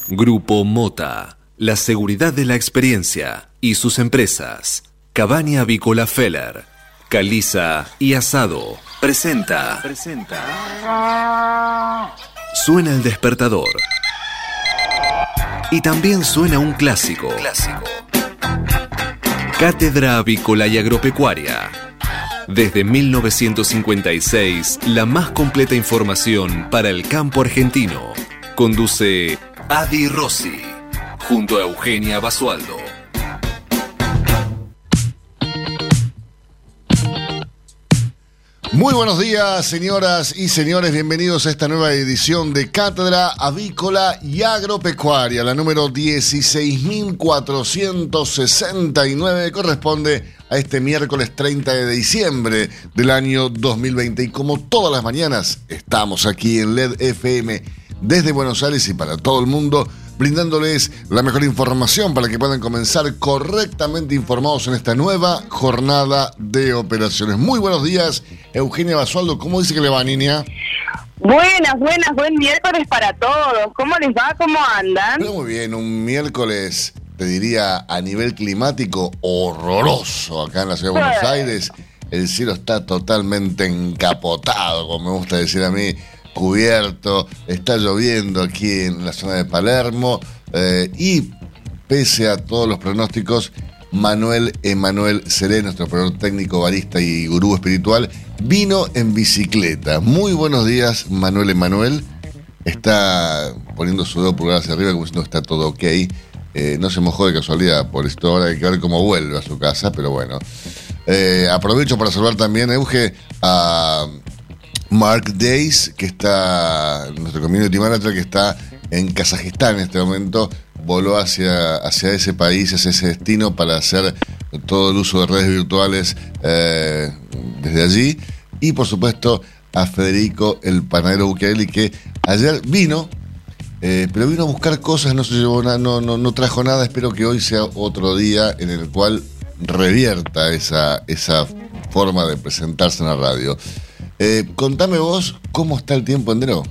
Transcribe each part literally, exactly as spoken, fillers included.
Grupo Mota, la seguridad de la experiencia y sus empresas. Cabaña Avícola Feller, Caliza y Asado. Presenta. Presenta. Suena el despertador. Y también suena un clásico. Clásico. Cátedra Avícola y Agropecuaria. Desde mil novecientos cincuenta y seis, la más completa información para el campo argentino. Conduce Adi Rossi, junto a Eugenia Basualdo. Muy buenos días, señoras y señores, bienvenidos a esta nueva edición de Cátedra Avícola y Agropecuaria, la número dieciséis mil cuatrocientos sesenta y nueve, corresponde a este miércoles treinta de diciembre del año dos mil veinte. Y como todas las mañanas, estamos aquí en L E D F M desde Buenos Aires y para todo el mundo, brindándoles la mejor información para que puedan comenzar correctamente informados en esta nueva jornada de operaciones. Muy buenos días, Eugenia Basualdo. ¿Cómo dice que le va, niña? Buenas, buenas, buen miércoles para todos. ¿Cómo les va? ¿Cómo andan? Muy bien, un miércoles, te diría, a nivel climático horroroso acá en la ciudad de Buenos Aires. El cielo está totalmente encapotado, como me gusta decir a mí, cubierto, está lloviendo aquí en la zona de Palermo eh, y pese a todos los pronósticos, Manuel Emanuel Seré, nuestro operador técnico, barista y gurú espiritual, vino en bicicleta. Muy buenos días, Manuel Emanuel. Está poniendo su dedo pulgar hacia arriba como diciendo está todo ok. Eh, no se mojó de casualidad, por esto ahora hay que ver cómo vuelve a su casa, pero bueno. Eh, aprovecho para saludar también, Euge, a Mark Days, que está, nuestro community manager, que está en Kazajistán en este momento, voló hacia, hacia ese país, hacia ese destino, para hacer todo el uso de redes virtuales eh, desde allí. Y por supuesto a Federico, el panadero Bucchiarelli, que ayer vino, eh, pero vino a buscar cosas, no se llevó nada, no, no, no trajo nada. Espero que hoy sea otro día en el cual revierta esa, esa forma de presentarse en la radio. Eh, contame vos, ¿cómo está el tiempo en Dero?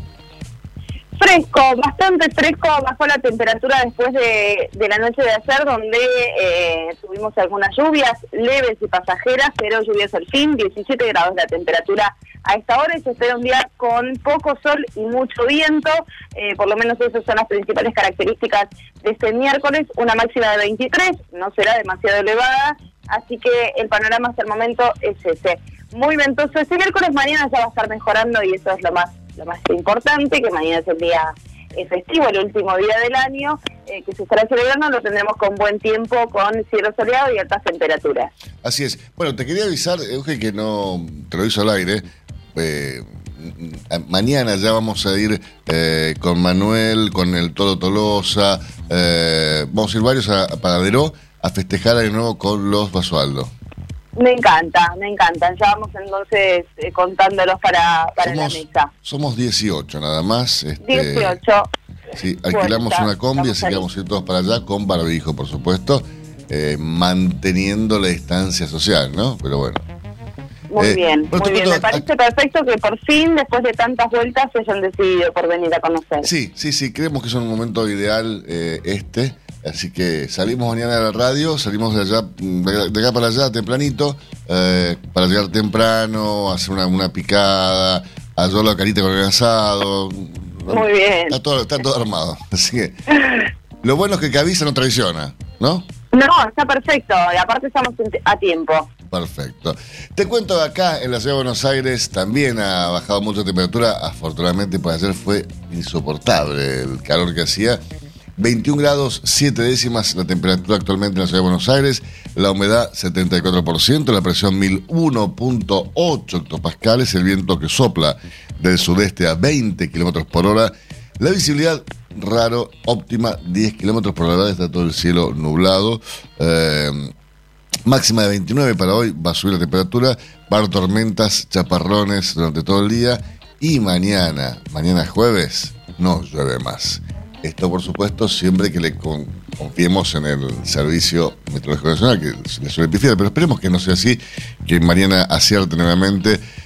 Fresco, bastante fresco, bajó la temperatura después de, de la noche de ayer, donde eh, tuvimos algunas lluvias leves y pasajeras, pero lluvias al fin, diecisiete grados la temperatura a esta hora, y se espera un día con poco sol y mucho viento. Eh, por lo menos esas son las principales características de este miércoles, una máxima de veintitrés, no será demasiado elevada, así que el panorama hasta el momento es ese. Muy ventoso este miércoles, mañana ya va a estar mejorando y eso es lo más lo más importante, que mañana es el día festivo, el último día del año, eh, que se estará celebrando, lo tendremos con buen tiempo, con cielo soleado y altas temperaturas. Así es. Bueno, te quería avisar, Euge, que no te lo hizo al aire. Eh, mañana ya vamos a ir eh, con Manuel, con el Toro Tolosa, eh, vamos a ir varios a, a Paradero a festejar de nuevo con los Basualdo. Me encanta, me encantan. Ya vamos entonces eh, contándolos para, para somos, la mesa. Somos dieciocho nada más. Este, dieciocho. Sí, alquilamos Cuenta, una combi, así que vamos a ir todos para allá con barbijo, por supuesto, eh, manteniendo la distancia social, ¿no? Pero bueno. Muy eh, bien, muy bien. Me parece a... perfecto que por fin, después de tantas vueltas, se hayan decidido por venir a conocer. Sí, sí, sí, creemos que es un momento ideal eh, este. Así que salimos mañana de la radio, salimos de allá, de acá para allá tempranito, eh, para llegar temprano, hacer una, una picada, ayudar la carita con el asado. Muy bien. Está todo, está todo armado. Así que lo bueno es que el que avisa no traiciona, ¿no? No, está perfecto. Y aparte estamos a tiempo. Perfecto. Te cuento, acá en la ciudad de Buenos Aires también ha bajado mucho la temperatura. Afortunadamente, por ayer fue insoportable el calor que hacía. veintiún grados siete décimas la temperatura actualmente en la ciudad de Buenos Aires, la humedad setenta y cuatro por ciento, la presión mil uno punto ocho hectopascales, el viento que sopla del sudeste a veinte kilómetros por hora, la visibilidad raro, óptima, diez kilómetros por hora, está todo el cielo nublado, eh, máxima de veintinueve para hoy, va a subir la temperatura, va a haber tormentas, chaparrones durante todo el día, y mañana, mañana jueves, no llueve más. Esto, por supuesto, siempre que le con, confiemos en el Servicio Meteorológico Nacional, que le suele pifiar, pero esperemos que no sea así, que mañana acierte nuevamente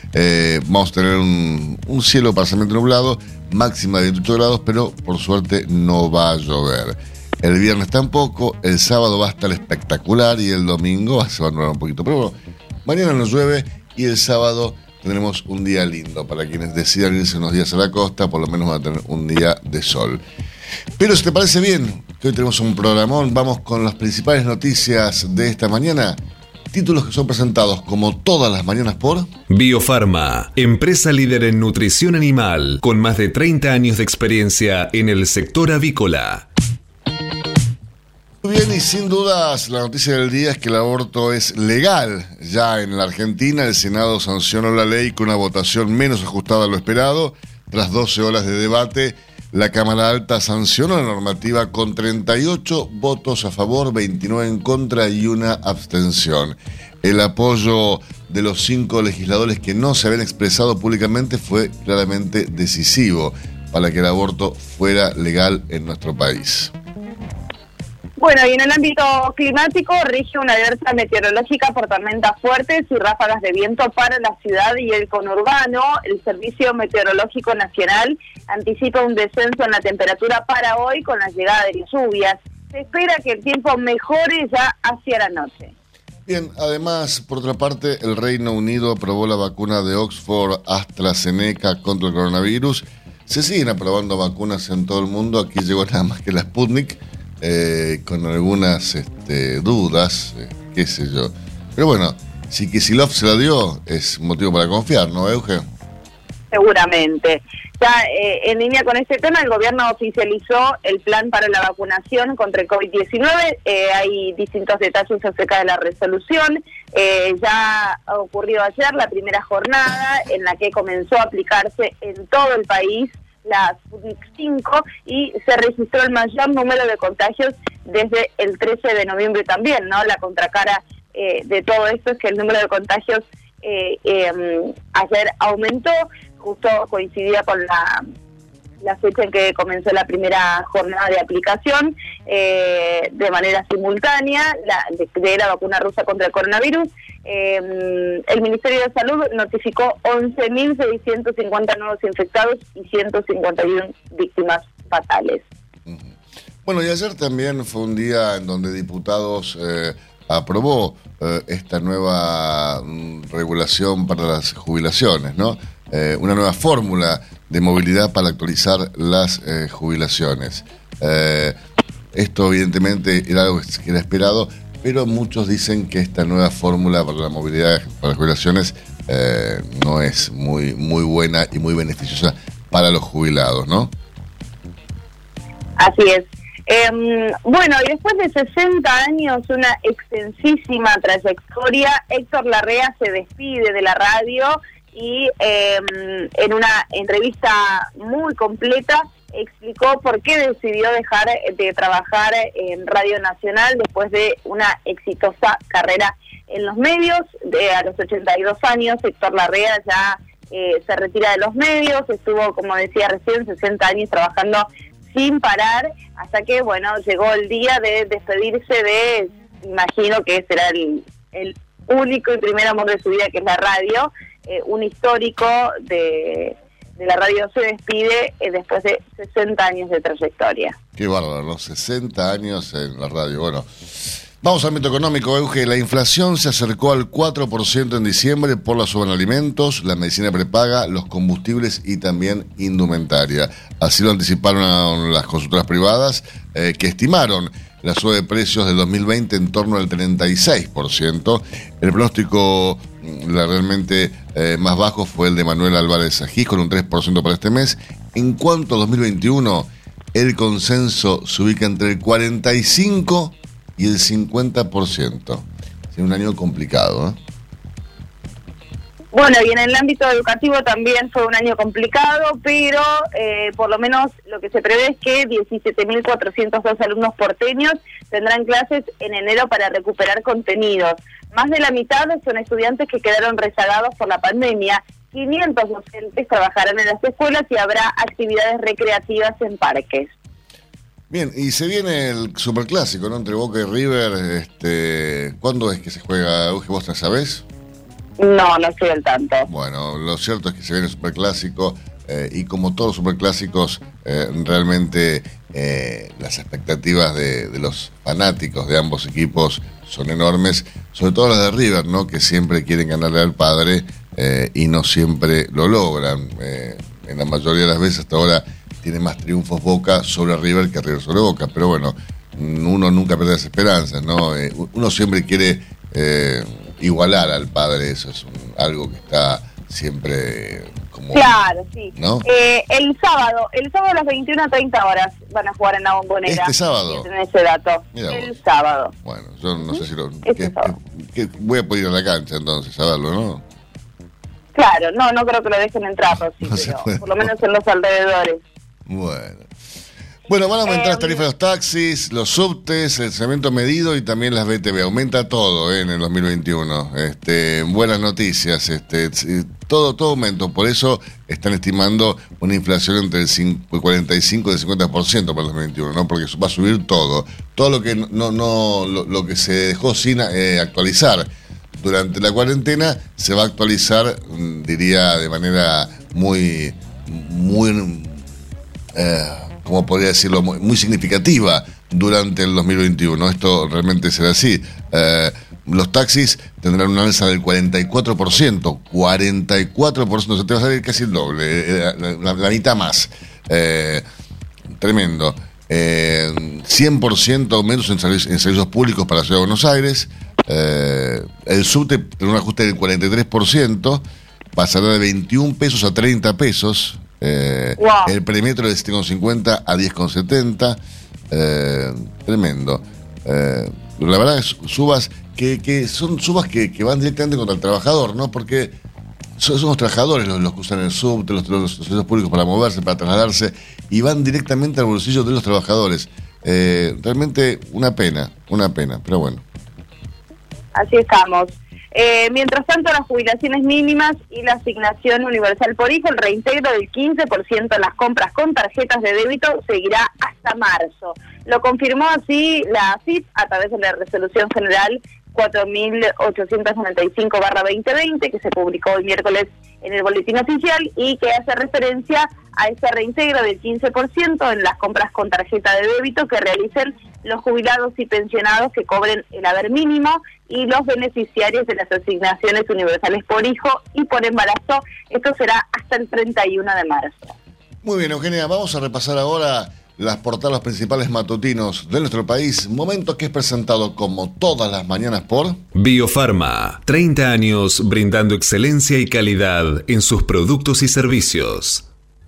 Eh, vamos a tener un, un cielo parcialmente nublado, máxima de veintiocho grados, pero por suerte no va a llover. El viernes tampoco, el sábado va a estar espectacular y el domingo se va a nublar un poquito. Pero bueno, mañana no llueve y el sábado tendremos un día lindo. Para quienes decidan irse unos días a la costa, por lo menos van a tener un día de sol. Pero si te parece bien, que hoy tenemos un programón, vamos con las principales noticias de esta mañana. Títulos que son presentados como todas las mañanas por Biofarma, empresa líder en nutrición animal, con más de treinta años de experiencia en el sector avícola. Muy bien, y sin dudas la noticia del día es que el aborto es legal. Ya en la Argentina el Senado sancionó la ley con una votación menos ajustada a lo esperado. Tras doce horas de debate, la Cámara Alta sancionó la normativa con treinta y ocho votos a favor, veintinueve en contra y una abstención. El apoyo de los cinco legisladores que no se habían expresado públicamente fue claramente decisivo para que el aborto fuera legal en nuestro país. Bueno, y en el ámbito climático rige una alerta meteorológica por tormentas fuertes y ráfagas de viento para la ciudad y el conurbano. El Servicio Meteorológico Nacional anticipa un descenso en la temperatura para hoy con la llegada de las lluvias. Se espera que el tiempo mejore ya hacia la noche. Bien, además, por otra parte, el Reino Unido aprobó la vacuna de Oxford AstraZeneca contra el coronavirus. Se siguen aprobando vacunas en todo el mundo. Aquí llegó nada más que la Sputnik. Eh, con algunas este, dudas, eh, qué sé yo. Pero bueno, si Kicillof se la dio, es motivo para confiar, ¿no, Euge? Seguramente. Ya eh, en línea con este tema, el gobierno oficializó el plan para la vacunación contra el COVID diecinueve. Eh, hay distintos detalles acerca de la resolución. Eh, ya ha ocurrido ayer la primera jornada en la que comenzó a aplicarse en todo el país la Sputnik cinco y se registró el mayor número de contagios desde el trece de noviembre también, ¿no? La contracara eh, de todo esto es que el número de contagios eh, eh, ayer aumentó, justo coincidía con la, la fecha en que comenzó la primera jornada de aplicación eh, de manera simultánea la, de, de la vacuna rusa contra el coronavirus. Eh, el Ministerio de Salud notificó once mil seiscientos cincuenta nuevos infectados y ciento cincuenta y uno víctimas fatales. Bueno, y ayer también fue un día en donde diputados eh, aprobó eh, esta nueva mm, regulación para las jubilaciones, ¿no? Eh, una nueva fórmula de movilidad para actualizar las eh, jubilaciones. Eh, esto evidentemente era algo que era esperado, pero muchos dicen que esta nueva fórmula para la movilidad, para las jubilaciones, eh, no es muy, muy buena y muy beneficiosa para los jubilados, ¿no? Así es. Eh, bueno, y después de sesenta años, una extensísima trayectoria, Héctor Larrea se despide de la radio y eh, en una entrevista muy completa explicó por qué decidió dejar de trabajar en Radio Nacional después de una exitosa carrera en los medios. De a los ochenta y dos años, Héctor Larrea ya eh, se retira de los medios, estuvo, como decía recién, sesenta años trabajando sin parar, hasta que, bueno, llegó el día de despedirse de, imagino que será el, el único y primer amor de su vida, que es la radio. Eh, un histórico de... de la radio se despide eh, después de sesenta años de trayectoria. Qué bárbaro, ¿no? sesenta años en la radio. Bueno, vamos al ámbito económico, Euge. La inflación se acercó al cuatro por ciento en diciembre por la suba en alimentos, la medicina prepaga, los combustibles y también indumentaria. Así lo anticiparon las consultoras privadas, eh, que estimaron la suba de precios del dos mil veinte en torno al treinta y seis por ciento. El pronóstico la realmente eh, más bajo fue el de Manuel Álvarez Agís, con un tres por ciento para este mes. En cuanto a dos mil veintiuno, el consenso se ubica entre el cuarenta y cinco y el cincuenta por ciento. Es un año complicado, ¿eh? Bueno, y en el ámbito educativo también fue un año complicado, pero eh, por lo menos lo que se prevé es que diecisiete mil cuatrocientos dos alumnos porteños tendrán clases en enero para recuperar contenidos. Más de la mitad son estudiantes que quedaron rezagados por la pandemia. quinientos docentes trabajarán en las escuelas y habrá actividades recreativas en parques. Bien, y se viene el superclásico, ¿no? Entre Boca y River. Este, ¿cuándo es que se juega? ¿Vos no sabés? No, no estoy al tanto. Bueno, lo cierto es que se viene el Superclásico eh, y como todos los Superclásicos, eh, realmente eh, las expectativas de, de los fanáticos de ambos equipos son enormes, sobre todo las de River, ¿no? Que siempre quieren ganarle al padre eh, y no siempre lo logran. Eh, en la mayoría de las veces hasta ahora tiene más triunfos Boca sobre River que River sobre Boca, pero bueno, uno nunca pierde las esperanzas, ¿no? Eh, uno siempre quiere eh, igualar al padre, eso es un, algo que está siempre como... Claro, sí. ¿No? Eh, el sábado, el sábado a las veintiuna treinta horas van a jugar en la Bombonera. ¿Este sábado? Tienen ese dato. Mirá el vos. sábado. Bueno, yo no sé si lo... Este que, que, que voy a poder ir a la cancha entonces a verlo, ¿no? Claro, no, no creo que lo dejen entrar, Rosy, No se pero puede. por lo menos en los alrededores. Bueno. Bueno, van a aumentar Eh, las tarifas de los taxis, los subtes, el cemento medido y también las B T V. Aumenta todo eh, en el dos mil veintiuno. Este, buenas noticias, este, todo, todo aumento. Por eso están estimando una inflación entre el cinco, el cuarenta y cinco y el cincuenta por ciento para el dos mil veintiuno, ¿no? Porque va a subir todo. Todo lo que no, no, lo, lo que se dejó sin eh, actualizar durante la cuarentena se va a actualizar, diría, de manera muy, muy, eh, ¿cómo podría decirlo? Muy, muy significativa durante el dos mil veintiuno. Esto realmente será así. Eh, los taxis tendrán una alza del cuarenta y cuatro por ciento. cuarenta y cuatro por ciento, o sea, te va a salir casi el doble, la, la, la mitad más. Eh, tremendo. Eh, cien por ciento aumentos en, servi- en servicios públicos para la Ciudad de Buenos Aires. Eh, el subte tendrá un ajuste del cuarenta y tres por ciento, pasará de veintiún pesos a treinta pesos. Eh, Wow. El premetro de siete con cincuenta a diez con setenta. Eh, tremendo. Eh, la verdad es subas que, que son subas que, que van directamente contra el trabajador, ¿no? Porque son, son los trabajadores los, los que usan el subte, los, los, los servicios públicos para moverse, para trasladarse, y van directamente al bolsillo de los trabajadores. Eh, realmente una pena, una pena, pero bueno. Así estamos. Eh, mientras tanto, las jubilaciones mínimas y la asignación universal por hijo, el reintegro del quince por ciento en las compras con tarjetas de débito seguirá hasta marzo. Lo confirmó así la A F I P a través de la Resolución General cuatro mil ochocientos noventa y cinco barra veinte veinte, que se publicó el miércoles en el Boletín Oficial y que hace referencia a ese reintegro del quince por ciento en las compras con tarjeta de débito que realicen los jubilados y pensionados que cobren el haber mínimo y los beneficiarios de las asignaciones universales por hijo y por embarazo. Esto será hasta el treinta y uno de marzo. Muy bien, Eugenia, vamos a repasar ahora las portadas principales matutinos de nuestro país, momento que es presentado como todas las mañanas por... Biofarma, treinta años brindando excelencia y calidad en sus productos y servicios.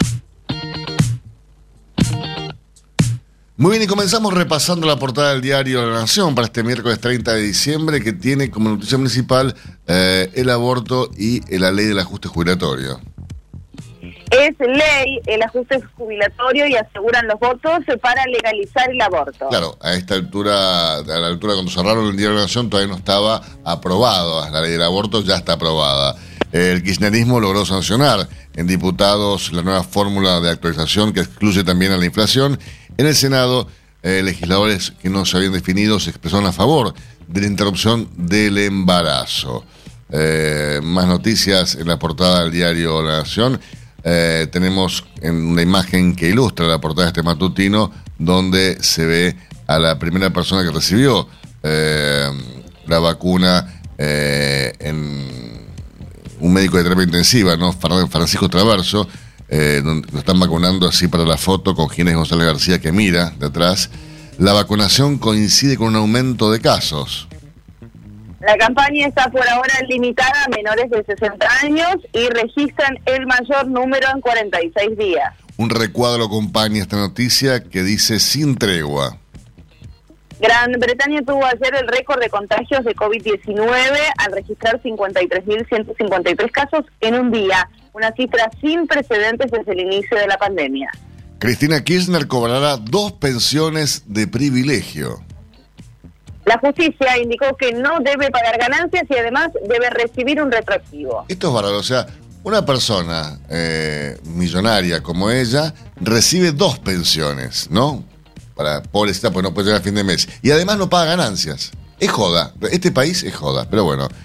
Muy bien, y comenzamos repasando la portada del diario La Nación para este miércoles treinta de diciembre, que tiene como noticia principal eh, el aborto y la ley del ajuste jubilatorio. Es ley el ajuste jubilatorio y aseguran los votos para legalizar el aborto. Claro, a esta altura, a la altura cuando cerraron el diario La Nación todavía no estaba aprobado, la ley del aborto ya está aprobada. El kirchnerismo logró sancionar en diputados la nueva fórmula de actualización que excluye también a la inflación. En el Senado, eh, legisladores que no se habían definido se expresaron a favor de la interrupción del embarazo. Eh, más noticias en la portada del diario La Nación. Eh, tenemos en una imagen que ilustra la portada de este matutino, donde se ve a la primera persona que recibió eh, la vacuna eh, en un médico de terapia intensiva, ¿no? Francisco Traverso, eh, donde lo están vacunando así para la foto con Ginés González García, que mira de atrás. La vacunación coincide con un aumento de casos. La campaña está por ahora limitada a menores de sesenta años y registran el mayor número en cuarenta y seis días. Un recuadro acompaña esta noticia que dice sin tregua. Gran Bretaña tuvo ayer el récord de contagios de COVID diecinueve al registrar cincuenta y tres mil ciento cincuenta y tres casos en un día, una cifra sin precedentes desde el inicio de la pandemia. Cristina Kirchner cobrará dos pensiones de privilegio. La justicia indicó que no debe pagar ganancias y además debe recibir un retroactivo. Esto es bárbaro, o sea, una persona eh, millonaria como ella recibe dos pensiones, ¿no? Para pobrecita, pues no puede llegar a fin de mes. Y además no paga ganancias. Es joda, este país es joda, pero bueno.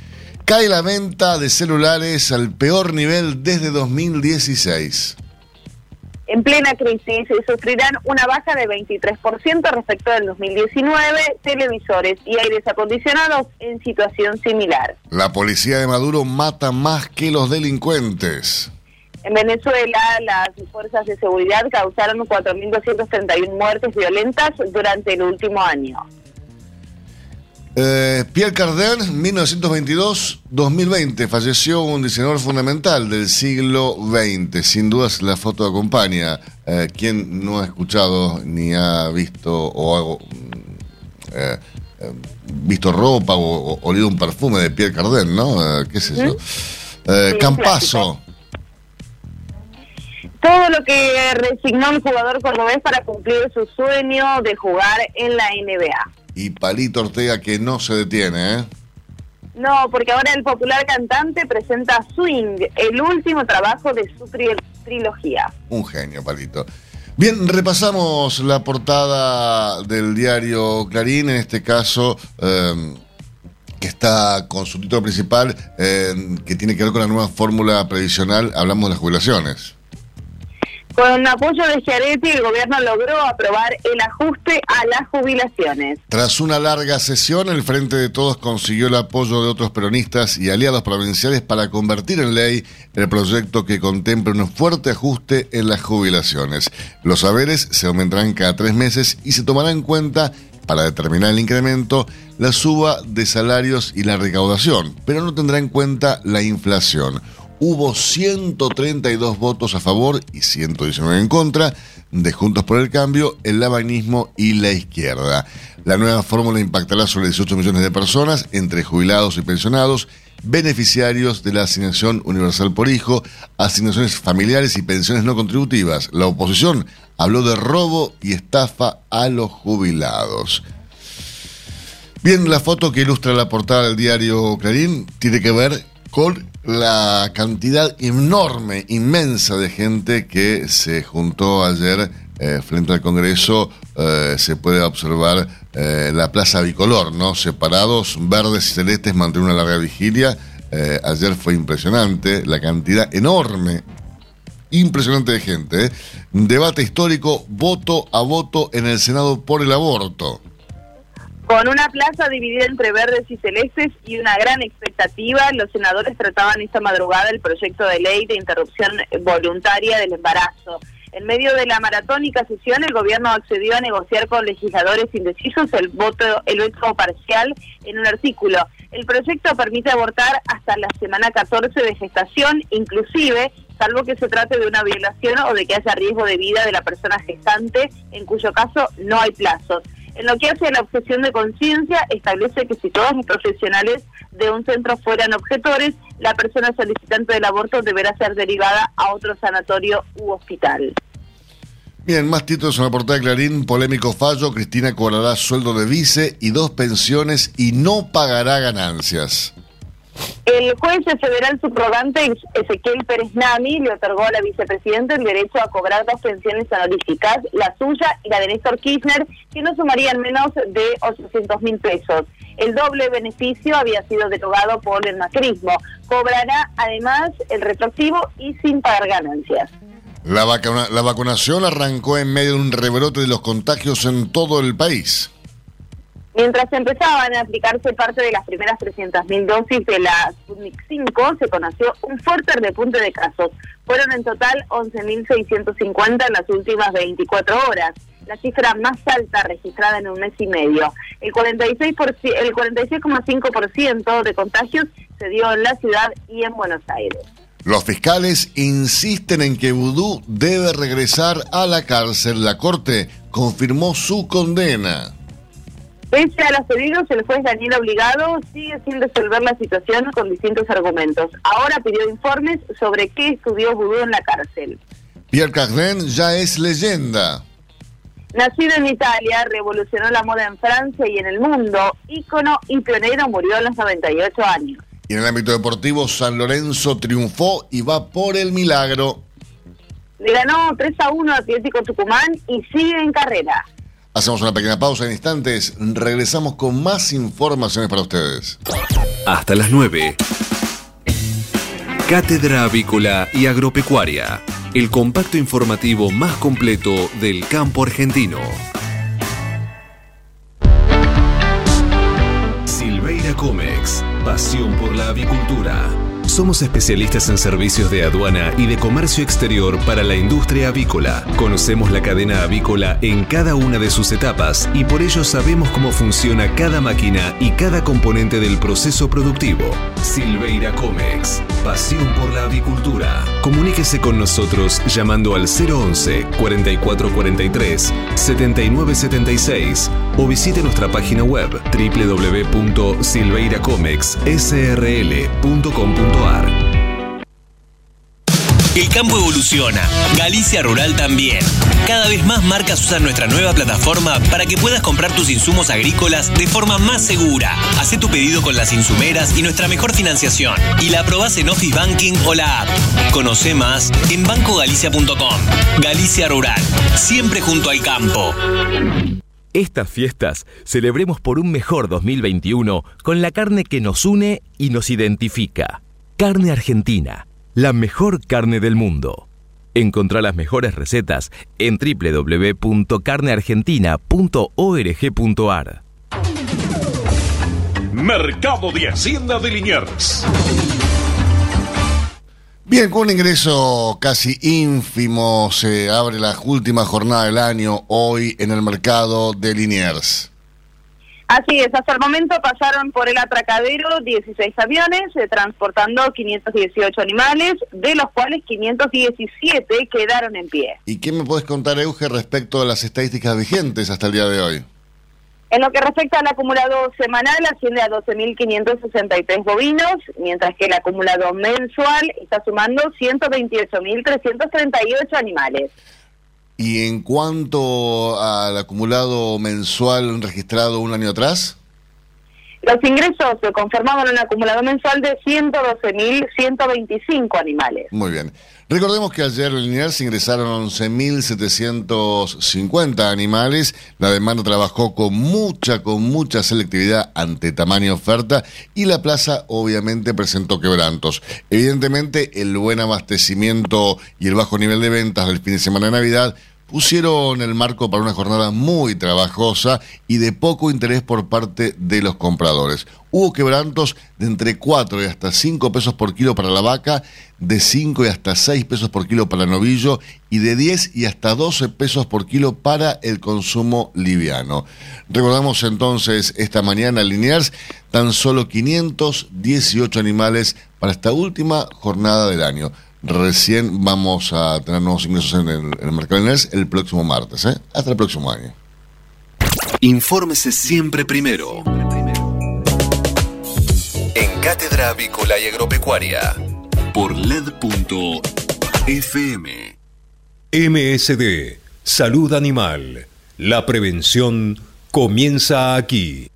Cae la venta de celulares al peor nivel desde dos mil dieciséis. En plena crisis sufrirán una baja de veintitrés por ciento respecto del dos mil diecinueve, televisores y aires acondicionados en situación similar. La policía de Maduro mata más que los delincuentes. En Venezuela, las fuerzas de seguridad causaron cuatro mil doscientas treinta y una muertes violentas durante el último año. Eh, Pierre Cardin, mil novecientos veintidós a dos mil veinte, falleció un diseñador fundamental del siglo veinte. Sin dudas la foto acompaña. Eh, ¿Quién no ha escuchado ni ha visto o eh, eh, visto ropa o, o olido un perfume de Pierre Cardin, ¿no? Eh, ¿Qué es eso? Eh, Sí, Campazo. Todo lo que resignó el jugador cordobés para cumplir su sueño de jugar en la N B A. Y Palito Ortega, que no se detiene, ¿eh? No, porque ahora el popular cantante presenta Swing, el último trabajo de su tri- trilogía. Un genio, Palito. Bien, repasamos la portada del diario Clarín, en este caso, eh, que está con su título principal, eh, que tiene que ver con la nueva fórmula previsional. Hablamos de las jubilaciones. Con apoyo de Schiaretti, el gobierno logró aprobar el ajuste a las jubilaciones. Tras una larga sesión, el Frente de Todos consiguió el apoyo de otros peronistas y aliados provinciales para convertir en ley el proyecto que contempla un fuerte ajuste en las jubilaciones. Los haberes se aumentarán cada tres meses y se tomará en cuenta, para determinar el incremento, la suba de salarios y la recaudación, pero no tendrá en cuenta la inflación. Hubo ciento treinta y dos votos a favor y ciento diecinueve en contra de Juntos por el Cambio, el lavanismo y la izquierda. La nueva fórmula impactará sobre dieciocho millones de personas, entre jubilados y pensionados, beneficiarios de la asignación universal por hijo, asignaciones familiares y pensiones no contributivas. La oposición habló de robo y estafa a los jubilados. Bien, la foto que ilustra la portada del diario Clarín tiene que ver con la cantidad enorme, inmensa de gente que se juntó ayer eh, frente al Congreso. Eh, se puede observar eh, la Plaza Bicolor, ¿no? Separados, verdes y celestes, mantuvieron una larga vigilia. Eh, ayer fue impresionante, la cantidad enorme, impresionante de gente. ¿eh? Debate histórico, voto a voto en el Senado por el aborto. Con una plaza dividida entre verdes y celestes y una gran expectativa, los senadores trataban esta madrugada el proyecto de ley de interrupción voluntaria del embarazo. En medio de la maratónica sesión, el gobierno accedió a negociar con legisladores indecisos el voto, el veto parcial en un artículo. El proyecto permite abortar hasta la semana catorce de gestación, inclusive, salvo que se trate de una violación o de que haya riesgo de vida de la persona gestante, en cuyo caso no hay plazos. En lo que hace a la objeción de conciencia, establece que si todos los profesionales de un centro fueran objetores, la persona solicitante del aborto deberá ser derivada a otro sanatorio u hospital. Bien, más títulos en la portada de Clarín. Polémico fallo, Cristina cobrará sueldo de vice y dos pensiones y no pagará ganancias. El juez federal subrogante Ezequiel Pérez Nami le otorgó a la vicepresidenta el derecho a cobrar dos pensiones honoríficas, la suya y la de Néstor Kirchner, que no sumarían menos de ochocientos mil pesos. El doble beneficio había sido derogado por el macrismo. Cobrará además el retroactivo y sin pagar ganancias. La, vacuna, la vacunación arrancó en medio de un rebrote de los contagios en todo el país. Mientras empezaban a aplicarse parte de las primeras trescientas mil dosis de la Sputnik cinco, se conoció un fuerte repunte de casos. Fueron en total once mil seiscientos cincuenta en las últimas veinticuatro horas, la cifra más alta registrada en un mes y medio. El cuarenta y seis por ciento, el cuarenta y seis coma cinco por ciento de contagios se dio en la ciudad y en Buenos Aires. Los fiscales insisten en que Vudú debe regresar a la cárcel. La Corte confirmó su condena. Pese a los pedidos, el juez Daniel Obligado sigue sin resolver la situación con distintos argumentos. Ahora pidió informes sobre qué estudió Vudú en la cárcel. Pierre Cardin ya es leyenda. Nacido en Italia, revolucionó la moda en Francia y en el mundo. Ícono y pionero, murió a los noventa y ocho años. Y en el ámbito deportivo, San Lorenzo triunfó y va por el milagro. Le ganó tres a uno a Atlético Tucumán y sigue en carrera. Hacemos una pequeña pausa en instantes. Regresamos con más informaciones para ustedes. Hasta las nueve. Cátedra Avícola y Agropecuaria, el compacto informativo más completo del campo argentino. Silveira Comex, pasión por la avicultura. Somos especialistas en servicios de aduana y de comercio exterior para la industria avícola. Conocemos la cadena avícola en cada una de sus etapas y por ello sabemos cómo funciona cada máquina y cada componente del proceso productivo. Silveira Comex, pasión por la avicultura. Comuníquese con nosotros llamando al cero once, cuarenta y cuatro cuarenta y tres, setenta y nueve setenta y seis o visite nuestra página web doble u doble u doble u punto silveira comex s r l punto com punto a r. El campo evoluciona, Galicia Rural también. Cada vez más marcas usan nuestra nueva plataforma para que puedas comprar tus insumos agrícolas de forma más segura. Hacé tu pedido con las insumeras y nuestra mejor financiación. Y la aprobás en Office Banking o la app. Conoce más en banco galicia punto com. Galicia Rural, siempre junto al campo. Estas fiestas celebremos por un mejor dos mil veintiuno con la carne que nos une y nos identifica. Carne Argentina, la mejor carne del mundo. Encontrá las mejores recetas en doble u doble u doble u punto carne argentina punto org punto a r. Mercado de Hacienda de Liniers. Bien, con un ingreso casi ínfimo se abre la última jornada del año hoy en el mercado de Liniers. Así es, hasta el momento pasaron por el atracadero dieciséis aviones eh, transportando quinientos dieciocho animales, de los cuales quinientos diecisiete quedaron en pie. ¿Y qué me puedes contar, Euge, respecto a las estadísticas vigentes hasta el día de hoy? En lo que respecta al acumulado semanal, asciende a doce mil quinientos sesenta y tres bovinos, mientras que el acumulado mensual está sumando ciento veintiocho mil trescientos treinta y ocho animales. ¿Y en cuanto al acumulado mensual registrado un año atrás? Los ingresos se conformaban en un acumulado mensual de ciento doce mil ciento veinticinco animales. Muy bien. Recordemos que ayer en Liniers ingresaron once mil setecientos cincuenta animales. La demanda trabajó con mucha, con mucha selectividad ante tamaño y oferta y la plaza obviamente presentó quebrantos. Evidentemente el buen abastecimiento y el bajo nivel de ventas del fin de semana de Navidad pusieron el marco para una jornada muy trabajosa y de poco interés por parte de los compradores. Hubo quebrantos de entre cuatro y hasta cinco pesos por kilo para la vaca, de cinco y hasta seis pesos por kilo para el novillo y de diez y hasta doce pesos por kilo para el consumo liviano. Recordamos entonces esta mañana en Liniers tan solo quinientos dieciocho animales para esta última jornada del año. Recién vamos a tener nuevos ingresos en el, en el mercado de Liniers el próximo martes, ¿eh? Hasta el próximo año. Infórmese siempre primero. En Cátedra Avícola y Agropecuaria por L E D punto F M. M S D, Salud Animal. La prevención comienza aquí.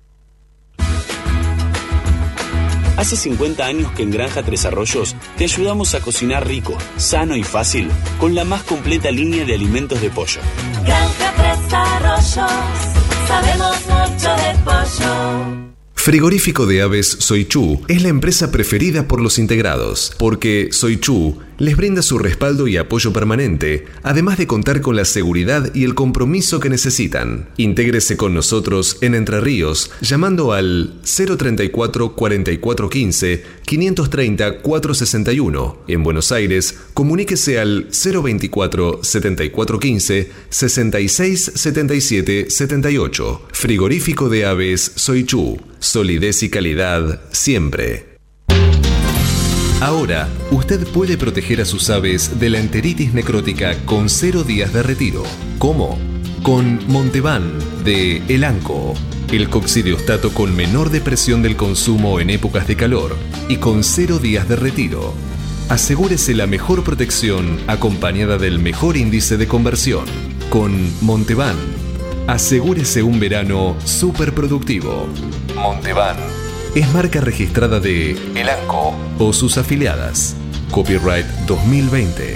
Hace cincuenta años que en Granja Tres Arroyos te ayudamos a cocinar rico, sano y fácil con la más completa línea de alimentos de pollo. Granja Tres Arroyos, sabemos mucho de pollo. Frigorífico de Aves Soichu es la empresa preferida por los integrados, porque Soichu les brinda su respaldo y apoyo permanente, además de contar con la seguridad y el compromiso que necesitan. Intégrese con nosotros en Entre Ríos, llamando al cero treinta y cuatro, cuarenta y cuatro quince, quinientos treinta, cuatrocientos sesenta y uno. En Buenos Aires, comuníquese al cero veinticuatro, setenta y cuatro quince, sesenta y seis setenta y siete setenta y ocho. Frigorífico de Aves Soichu. Solidez y calidad siempre. Ahora, usted puede proteger a sus aves de la enteritis necrótica con cero días de retiro. ¿Cómo? Con Monteban de Elanco, el coccidiostato con menor depresión del consumo en épocas de calor y con cero días de retiro. Asegúrese la mejor protección acompañada del mejor índice de conversión. Con Monteban, asegúrese un verano súper productivo. Monteban es marca registrada de Elanco o sus afiliadas. Copyright dos mil veinte.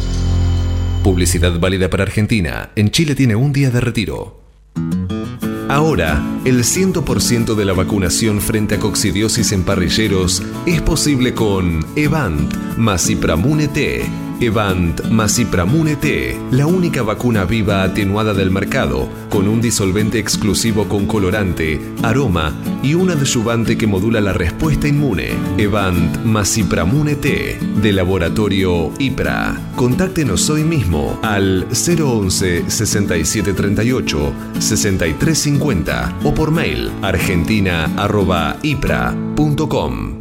Publicidad válida para Argentina. En Chile tiene un día de retiro. Ahora, el cien por ciento de la vacunación frente a coccidiosis en parrilleros es posible con Evant más Cipramune T. Evant más Cipramune T, la única vacuna viva atenuada del mercado, con un disolvente exclusivo con colorante, aroma y un adyuvante que modula la respuesta inmune. Evant más Cipramune T, de Laboratorio IPRA. Contáctenos hoy mismo al cero once, sesenta y siete treinta y ocho, sesenta y tres cincuenta o por mail argentina arroba ipra punto com.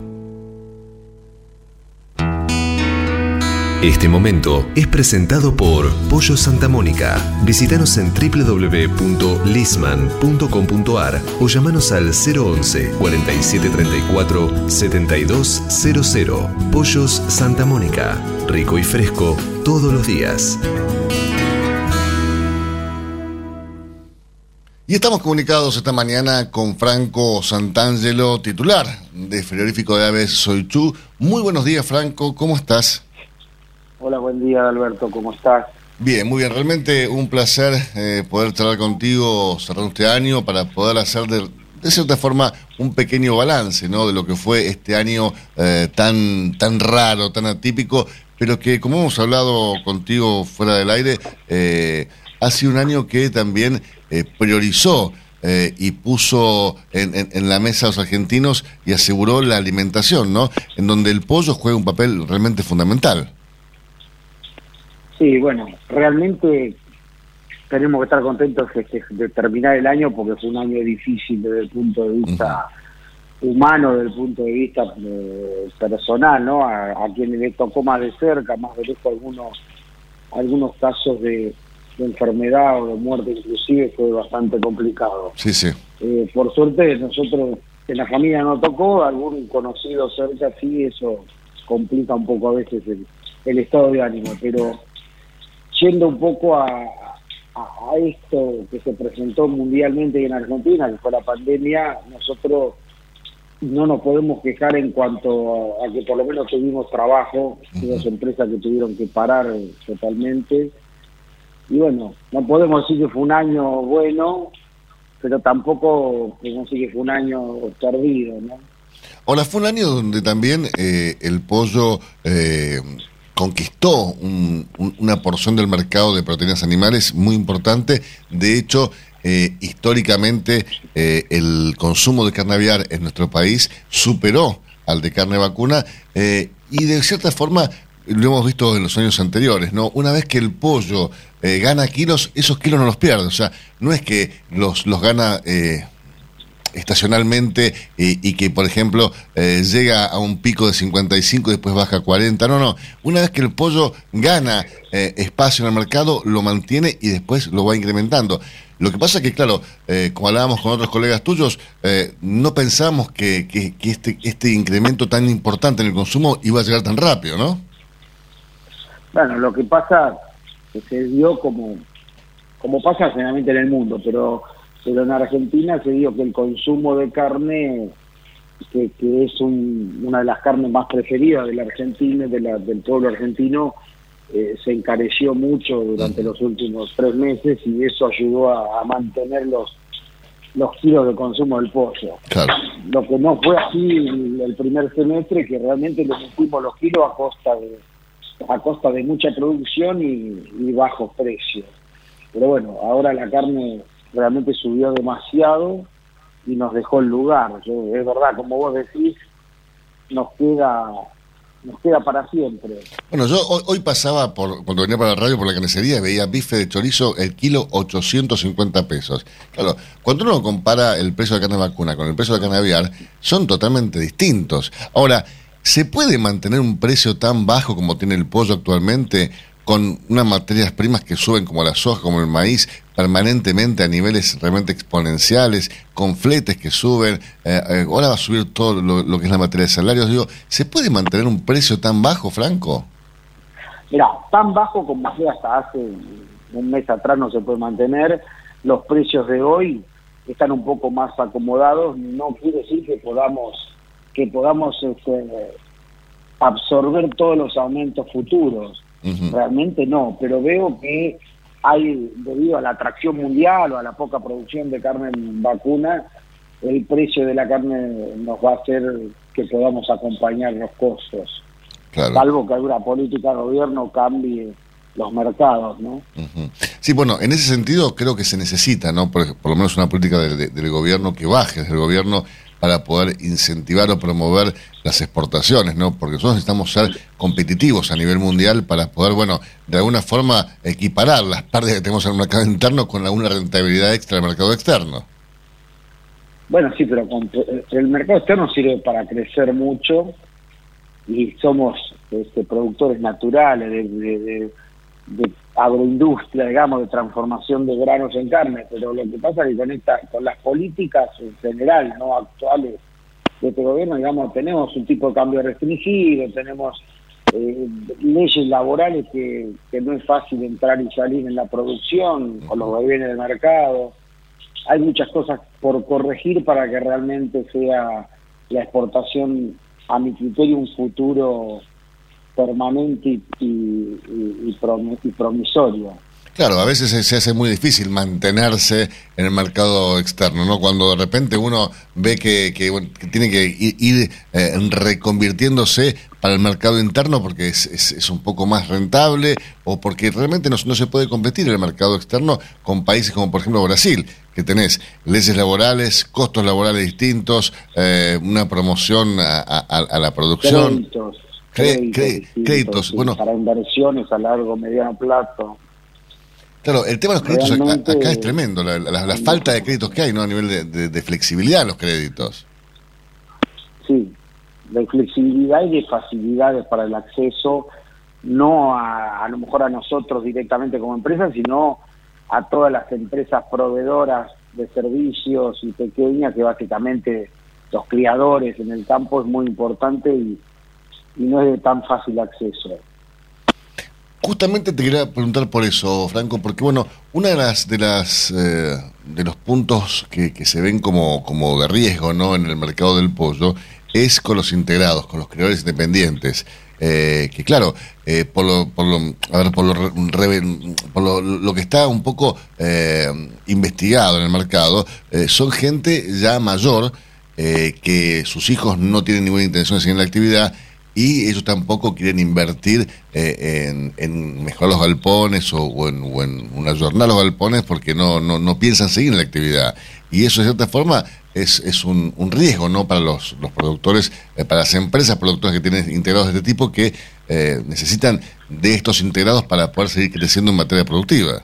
Este momento es presentado por Pollo Santa Mónica. Visítanos en doble u doble u doble u punto lisman punto com punto a r o llamanos al cero once, cuarenta y siete treinta y cuatro, setenta y dos cero cero. Pollos Santa Mónica. Rico y fresco todos los días. Y estamos comunicados esta mañana con Franco Santangelo, titular de Frigorífico de Aves Soichu. Muy buenos días, Franco, ¿cómo estás? Hola, buen día, Alberto, ¿cómo estás? Bien, muy bien, realmente un placer eh, poder charlar contigo cerrando este año para poder hacer de, de cierta forma un pequeño balance, ¿no?, de lo que fue este año eh, tan, tan raro, tan atípico, pero que, como hemos hablado contigo fuera del aire, eh, ha sido un año que también eh, priorizó eh, y puso en, en, en la mesa a los argentinos y aseguró la alimentación, ¿no?, en donde el pollo juega un papel realmente fundamental. Sí, bueno, realmente tenemos que estar contentos de, de terminar el año porque fue un año difícil desde el punto de vista uh-huh. humano, desde el punto de vista eh, personal, ¿no? A, a quienes le tocó más de cerca, más de lejos algunos algunos casos de, de enfermedad o de muerte inclusive fue bastante complicado. Sí, sí. Eh, por suerte nosotros, en la familia no tocó, algún conocido cerca sí, eso complica un poco a veces el, el estado de ánimo, pero yendo un poco a, a, a esto que se presentó mundialmente y en Argentina, que fue la pandemia, nosotros no nos podemos quejar en cuanto a, a que por lo menos tuvimos trabajo, las empresas que tuvieron que parar totalmente, y bueno, no podemos decir que fue un año bueno, pero tampoco podemos decir que fue un año perdido, ¿no? Ahora, fue un año donde también eh, el pollo eh, conquistó un, un, una porción del mercado de proteínas animales muy importante. De hecho, eh, históricamente eh, el consumo de carne aviar en nuestro país superó al de carne vacuna eh, y de cierta forma lo hemos visto en los años anteriores, ¿no? Una vez que el pollo eh, gana kilos, esos kilos no los pierde. O sea, no es que los, los gana Eh, estacionalmente eh, y que, por ejemplo, eh, llega a un pico de cincuenta y cinco y después baja a cuarenta. No, no. Una vez que el pollo gana eh, espacio en el mercado, lo mantiene y después lo va incrementando. Lo que pasa es que, claro, eh, como hablábamos con otros colegas tuyos, eh, no pensamos que, que, que este, este incremento tan importante en el consumo iba a llegar tan rápido, ¿no? Bueno, lo que pasa que se dio como, como pasa generalmente en el mundo, pero pero en Argentina se dio que el consumo de carne, que, que es un, una de las carnes más preferidas de la Argentina, de la, del pueblo argentino, eh, se encareció mucho durante los últimos tres meses y eso ayudó a, a mantener los, los kilos de consumo del pollo. Claro. Lo que no fue así el, el primer semestre, que realmente le metimos los kilos a costa de, a costa de mucha producción y, y bajos precios. Pero bueno, ahora la carne realmente subió demasiado y nos dejó el lugar. Yo, es verdad, como vos decís, nos queda nos queda para siempre. Bueno, yo hoy, hoy pasaba, por cuando venía para la radio, por la carnicería, veía bife de chorizo, el kilo ochocientos cincuenta pesos. Claro, cuando uno compara el precio de la carne vacuna con el precio de la carne aviar, son totalmente distintos. Ahora, ¿se puede mantener un precio tan bajo como tiene el pollo actualmente, con unas materias primas que suben como la soja, como el maíz, permanentemente a niveles realmente exponenciales, con fletes que suben, eh, eh, ahora va a subir todo lo, lo que es la materia de salarios? Digo, ¿se puede mantener un precio tan bajo, Franco? Mira, tan bajo como fue hasta hace un mes atrás no se puede mantener. Los precios de hoy están un poco más acomodados, no quiere decir que podamos que podamos este, absorber todos los aumentos futuros. Uh-huh. Realmente no, pero veo que hay, debido a la atracción mundial o a la poca producción de carne vacuna, el precio de la carne nos va a hacer que podamos acompañar los costos. Claro. Salvo que alguna política de gobierno cambie los mercados, ¿no? Uh-huh. Sí, bueno, en ese sentido creo que se necesita, ¿no? Por, por lo menos una política de, de, del gobierno que baje desde el gobierno para poder incentivar o promover las exportaciones, ¿no? Porque nosotros necesitamos ser competitivos a nivel mundial para poder, bueno, de alguna forma equiparar las pérdidas que tenemos en el mercado interno con alguna rentabilidad extra del mercado externo. Bueno, sí, pero con, el mercado externo sirve para crecer mucho y somos este, productores naturales de, de, de, de agroindustria, digamos, de transformación de granos en carne, pero lo que pasa es que con, esta, con las políticas en general, no actuales de este gobierno, digamos, tenemos un tipo de cambio restringido, tenemos eh, leyes laborales que, que no es fácil entrar y salir en la producción, con los vaivenes del mercado. Hay muchas cosas por corregir para que realmente sea la exportación, a mi criterio, un futuro permanente y, y, y, prom y promisorio. Claro, a veces se hace muy difícil mantenerse en el mercado externo, ¿no? Cuando de repente uno ve que, que, bueno, que tiene que ir, ir eh, reconvirtiéndose para el mercado interno porque es, es, es un poco más rentable o porque realmente no, no se puede competir en el mercado externo con países como, por ejemplo, Brasil, que tenés leyes laborales, costos laborales distintos, eh, una promoción a, a, a la producción. Créditos, créditos, créditos, créditos sí, bueno, para inversiones a largo, mediano plazo. Claro, el tema de los créditos Realmente, acá, acá es tremendo, la, la, la falta de créditos que hay, ¿no? A nivel de, de, de flexibilidad en los créditos. Sí, de flexibilidad y de facilidades para el acceso, no a, a lo mejor a nosotros directamente como empresa, sino a todas las empresas proveedoras de servicios y pequeñas, que básicamente los criadores en el campo es muy importante y, y no es de tan fácil acceso. Justamente te quería preguntar por eso, Franco, porque bueno, una de las de las eh, de los puntos que, que se ven como, como de riesgo, ¿no?, en el mercado del pollo es con los integrados, con los criadores independientes, eh, que claro, eh, por lo por lo a ver por lo por lo, lo que está un poco eh, investigado en el mercado, eh, son gente ya mayor eh, que sus hijos no tienen ninguna intención de seguir en la actividad. Y ellos tampoco quieren invertir eh, en, en mejorar los galpones o, o, en, o en una jornada los galpones porque no, no, no piensan seguir en la actividad. Y eso, de cierta forma, es, es un, un riesgo, ¿no?, para los, los productores, eh, para las empresas productoras que tienen integrados de este tipo que eh, necesitan de estos integrados para poder seguir creciendo en materia productiva.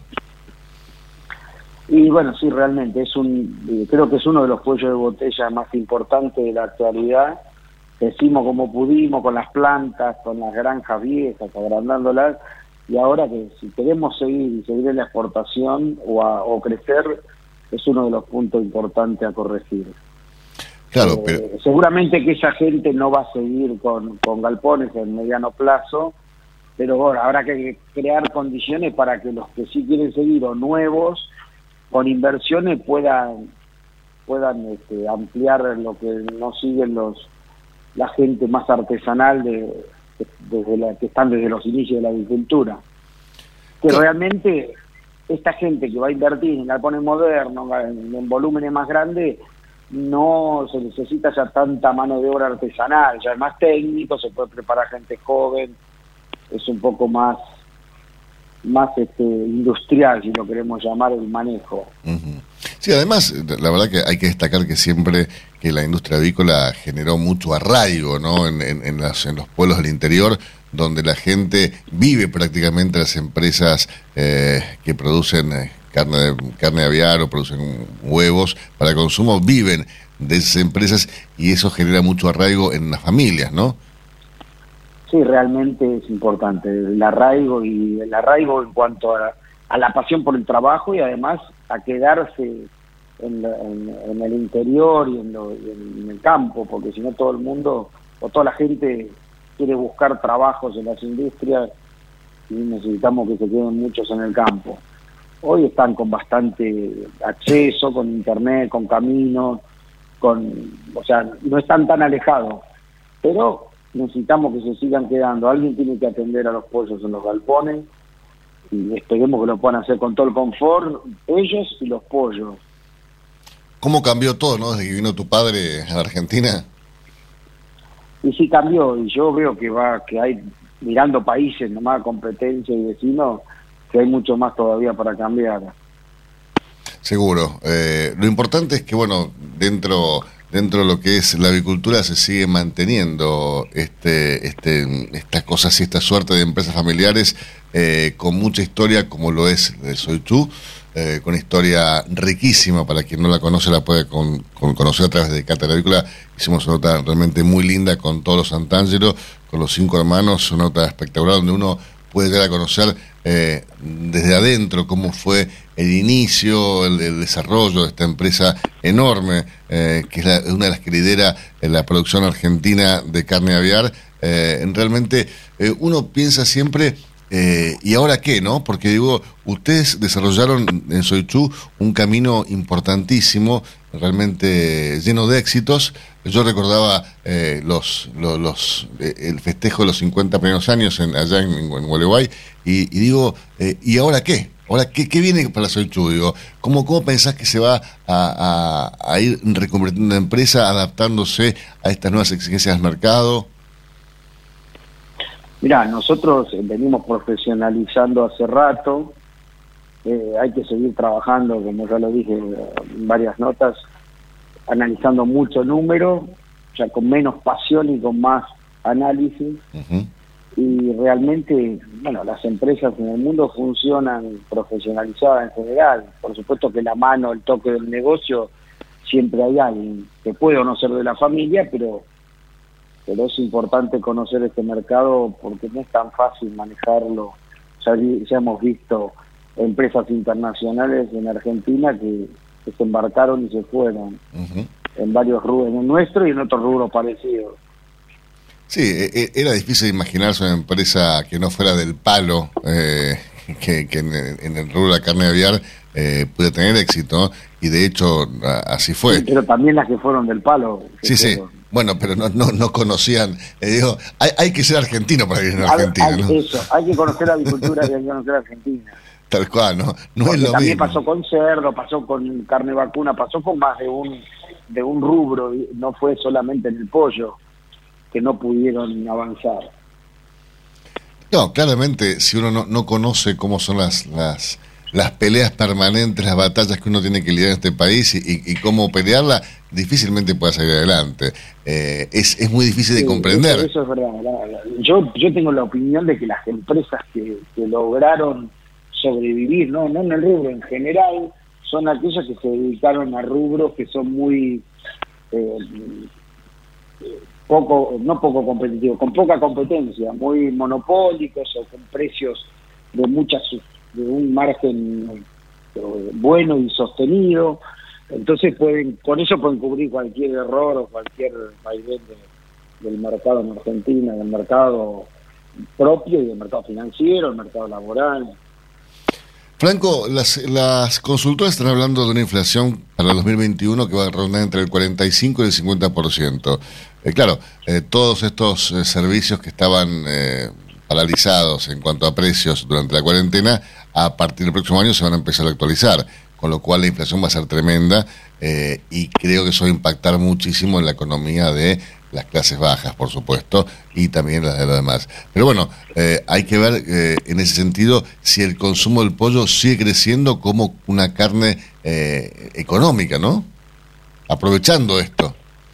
Y bueno, sí, realmente, es un creo que es uno de los cuellos de botella más importantes de la actualidad. Decimos como pudimos con las plantas, con las granjas viejas, agrandándolas, y ahora que si queremos seguir y seguir en la exportación o, a, o crecer, es uno de los puntos importantes a corregir. Claro, eh, pero... Seguramente que esa gente no va a seguir con, con galpones en mediano plazo, pero bueno, habrá que crear condiciones para que los que sí quieren seguir o nuevos, con inversiones, puedan, puedan este, ampliar lo que no siguen los la gente más artesanal de, de, desde la que están desde los inicios de la agricultura. Que claro, realmente esta gente que va a invertir en galpones modernos, en, en volúmenes más grandes, no se necesita ya tanta mano de obra artesanal, ya es más técnico, se puede preparar gente joven, es un poco más más este, industrial, si lo queremos llamar, el manejo. Uh-huh. Sí, además, la verdad que hay que destacar que siempre que la industria avícola generó mucho arraigo, ¿no?, en, en, en, las, en los pueblos del interior, donde la gente vive prácticamente las empresas eh, que producen eh, carne, de, carne aviar o producen huevos para consumo, viven de esas empresas y eso genera mucho arraigo en las familias, ¿no? Sí, realmente es importante el arraigo y el arraigo en cuanto a, a la pasión por el trabajo y además a quedarse en, la, en, en el interior y en, lo, y en el campo, porque si no todo el mundo o toda la gente quiere buscar trabajos en las industrias y necesitamos que se queden muchos en el campo. Hoy están con bastante acceso, con internet, con caminos, con, o sea, no están tan alejados, pero necesitamos que se sigan quedando. Alguien tiene que atender a los pollos en los galpones, y esperemos que lo puedan hacer con todo el confort ellos y los pollos. ¿Cómo cambió todo, no? Desde que vino tu padre a la Argentina. Y sí cambió, y yo veo que va, que hay, mirando países, nomás competencia y vecinos, que hay mucho más todavía para cambiar. Seguro. Eh, lo importante es que, bueno, dentro dentro de lo que es la avicultura se sigue manteniendo este este estas cosas y esta suerte de empresas familiares eh, con mucha historia, como lo es de Soichu, eh, con historia riquísima. Para quien no la conoce, la puede con, con conocer a través de Cátedra Avícola. Hicimos una nota realmente muy linda con todos los Santangelo, con los cinco hermanos, una nota espectacular donde uno puede llegar a conocer eh, desde adentro cómo fue el inicio, el, el desarrollo de esta empresa enorme, eh, que es la, una de las que lidera en la producción argentina de carne aviar. Eh, realmente eh, uno piensa siempre, eh, ¿y ahora qué, no? Porque digo, ustedes desarrollaron en Soichu un camino importantísimo, realmente lleno de éxitos. Yo recordaba eh, los, los, los eh, el festejo de los cincuenta primeros años en, allá en, en Gualeguay, y, y digo, eh, ¿y ahora qué? Ahora, ¿qué, qué viene para Soichu? Digo, ¿cómo, ¿cómo pensás que se va a, a, a ir reconvirtiendo una empresa, adaptándose a estas nuevas exigencias del mercado? Mirá, nosotros venimos profesionalizando hace rato, eh, hay que seguir trabajando, como ya lo dije en varias notas, analizando mucho número, ya con menos pasión y con más análisis. Uh-huh. Y realmente, bueno, las empresas en el mundo funcionan profesionalizadas en general. Por supuesto que la mano, el toque del negocio, siempre hay alguien que puede o no ser de la familia, pero pero es importante conocer este mercado porque no es tan fácil manejarlo. Ya, ya hemos visto empresas internacionales en Argentina que, que se embarcaron y se fueron, uh-huh, en varios rubros, en el nuestro y en otros rubros parecidos. Sí, era difícil imaginarse una empresa que no fuera del palo, eh, que, que en, en el rubro de la carne aviar eh, puede tener éxito, y de hecho así fue. Sí, pero también las que fueron del palo. Sí, sí, fueron. Bueno, pero no no, no conocían, eh, digo, hay, hay que ser argentino para vivir en Argentina, hay, ¿no? Eso, hay que conocer la agricultura y hay que conocer Argentina. Tal cual, no, no Porque es lo también mismo. Pasó con cerdo, pasó con carne vacuna, pasó con más de un de un rubro, no fue solamente en el pollo que no pudieron avanzar. No, claramente, si uno no, no conoce cómo son las, las las peleas permanentes, las batallas que uno tiene que lidiar en este país y, y, y cómo pelearla, difícilmente pueda salir adelante. Eh, es, es muy difícil de sí, comprender. Eso, eso es verdad. La, la, yo yo tengo la opinión de que las empresas que, que lograron sobrevivir, no no en el rubro en general, son aquellas que se dedicaron a rubros que son muy eh, poco, no poco competitivos, con poca competencia, muy monopólicos o con precios de muchas de un margen eh, bueno y sostenido. Entonces pueden, con eso pueden cubrir cualquier error o cualquier vaivén de, del mercado en Argentina, del mercado propio y del mercado financiero, el mercado laboral. Franco, las, las consultoras están hablando de una inflación para el dos mil veintiuno que va a rondar entre el cuarenta y cinco y el cincuenta por ciento. Eh, claro, eh, todos estos eh, servicios que estaban eh, paralizados en cuanto a precios durante la cuarentena, a partir del próximo año se van a empezar a actualizar, con lo cual la inflación va a ser tremenda eh, y creo que eso va a impactar muchísimo en la economía de las clases bajas, por supuesto, y también las de los demás. Pero bueno, eh, hay que ver eh, en ese sentido si el consumo del pollo sigue creciendo como una carne eh, económica, ¿no? Aprovechando esto.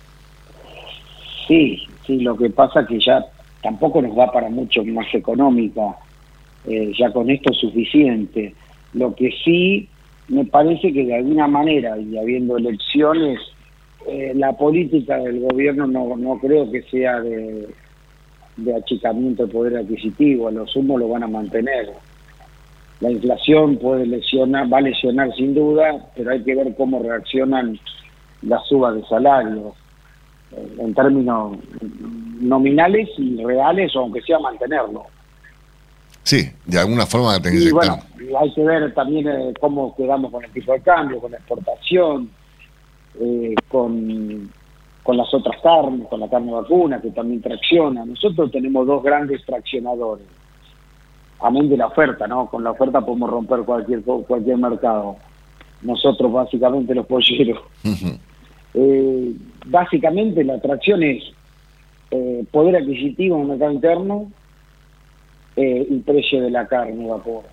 Sí, sí, lo que pasa que ya tampoco nos da para mucho más económica, eh, ya con esto es suficiente. Lo que sí me parece que de alguna manera, y habiendo elecciones, eh, la política del gobierno no, no creo que sea de, de achicamiento de poder adquisitivo, a lo sumo lo van a mantener. La inflación puede lesionar, va a lesionar sin duda, pero hay que ver cómo reaccionan las subas de salarios, en términos nominales y reales, o aunque sea mantenerlo. Sí, de alguna forma tiene que Y ser. bueno, hay que ver también eh, cómo quedamos con el tipo de cambio, con la exportación, eh, con, con las otras carnes, con la carne vacuna, que también tracciona. Nosotros tenemos dos grandes traccionadores. amén de la oferta, ¿no? Con la oferta podemos romper cualquier cualquier mercado. Nosotros básicamente los polleros. Uh-huh. Eh, básicamente la atracción es eh, poder adquisitivo en el mercado interno eh, y precio de la carne vacuna.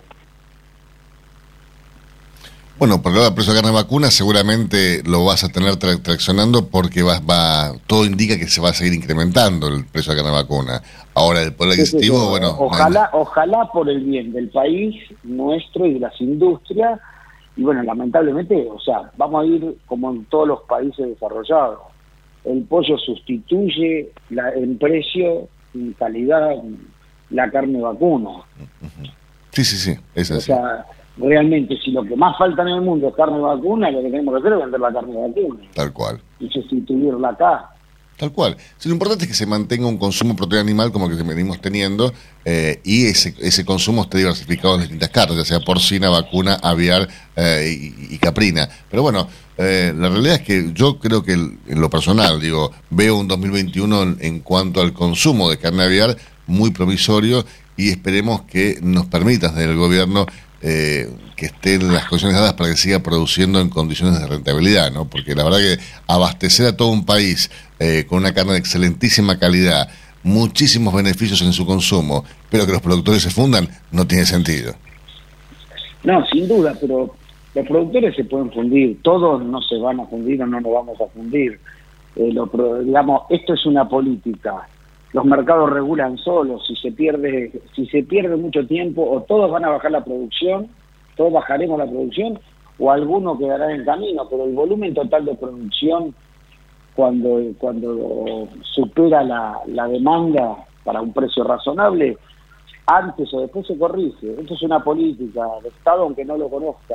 Bueno, por el lado del precio de carne vacuna seguramente lo vas a tener tra- traccionando porque vas, va, todo indica que se va a seguir incrementando el precio de carne vacuna. Ahora el poder adquisitivo, sí, sí, sí. bueno... Ojalá, no hay... ojalá por el bien del país, nuestro y de las industrias, y bueno, lamentablemente, o sea, vamos a ir como en todos los países desarrollados. El pollo sustituye la, en precio y calidad la carne vacuna. Sí, sí, sí, es así. O sea, realmente, si lo que más falta en el mundo es carne vacuna, lo que tenemos que hacer es vender la carne vacuna. Tal cual. Y sustituirla acá. Tal cual. Sí, lo importante es que se mantenga un consumo de proteína animal como el que venimos teniendo eh, y ese ese consumo esté diversificado en distintas carnes, ya sea porcina, vacuna, aviar eh, y, y caprina. Pero bueno, eh, la realidad es que yo creo que el, en lo personal, digo, veo un dos mil veintiuno en, en cuanto al consumo de carne aviar muy provisorio y esperemos que nos permitas desde el gobierno Eh, que estén las condiciones dadas para que siga produciendo en condiciones de rentabilidad, ¿no? Porque la verdad que abastecer a todo un país eh, con una carne de excelentísima calidad, muchísimos beneficios en su consumo, pero que los productores se fundan, no tiene sentido. No, sin duda, pero los productores se pueden fundir, todos no se van a fundir o no nos vamos a fundir. Eh, lo, digamos, esto es una política. Los mercados regulan solos, si se pierde si se pierde mucho tiempo, o todos van a bajar la producción, todos bajaremos la producción, o alguno quedará en el camino, pero el volumen total de producción, cuando cuando supera la, la demanda para un precio razonable, antes o después se corrige. Esto es una política de Estado, aunque no lo conozca.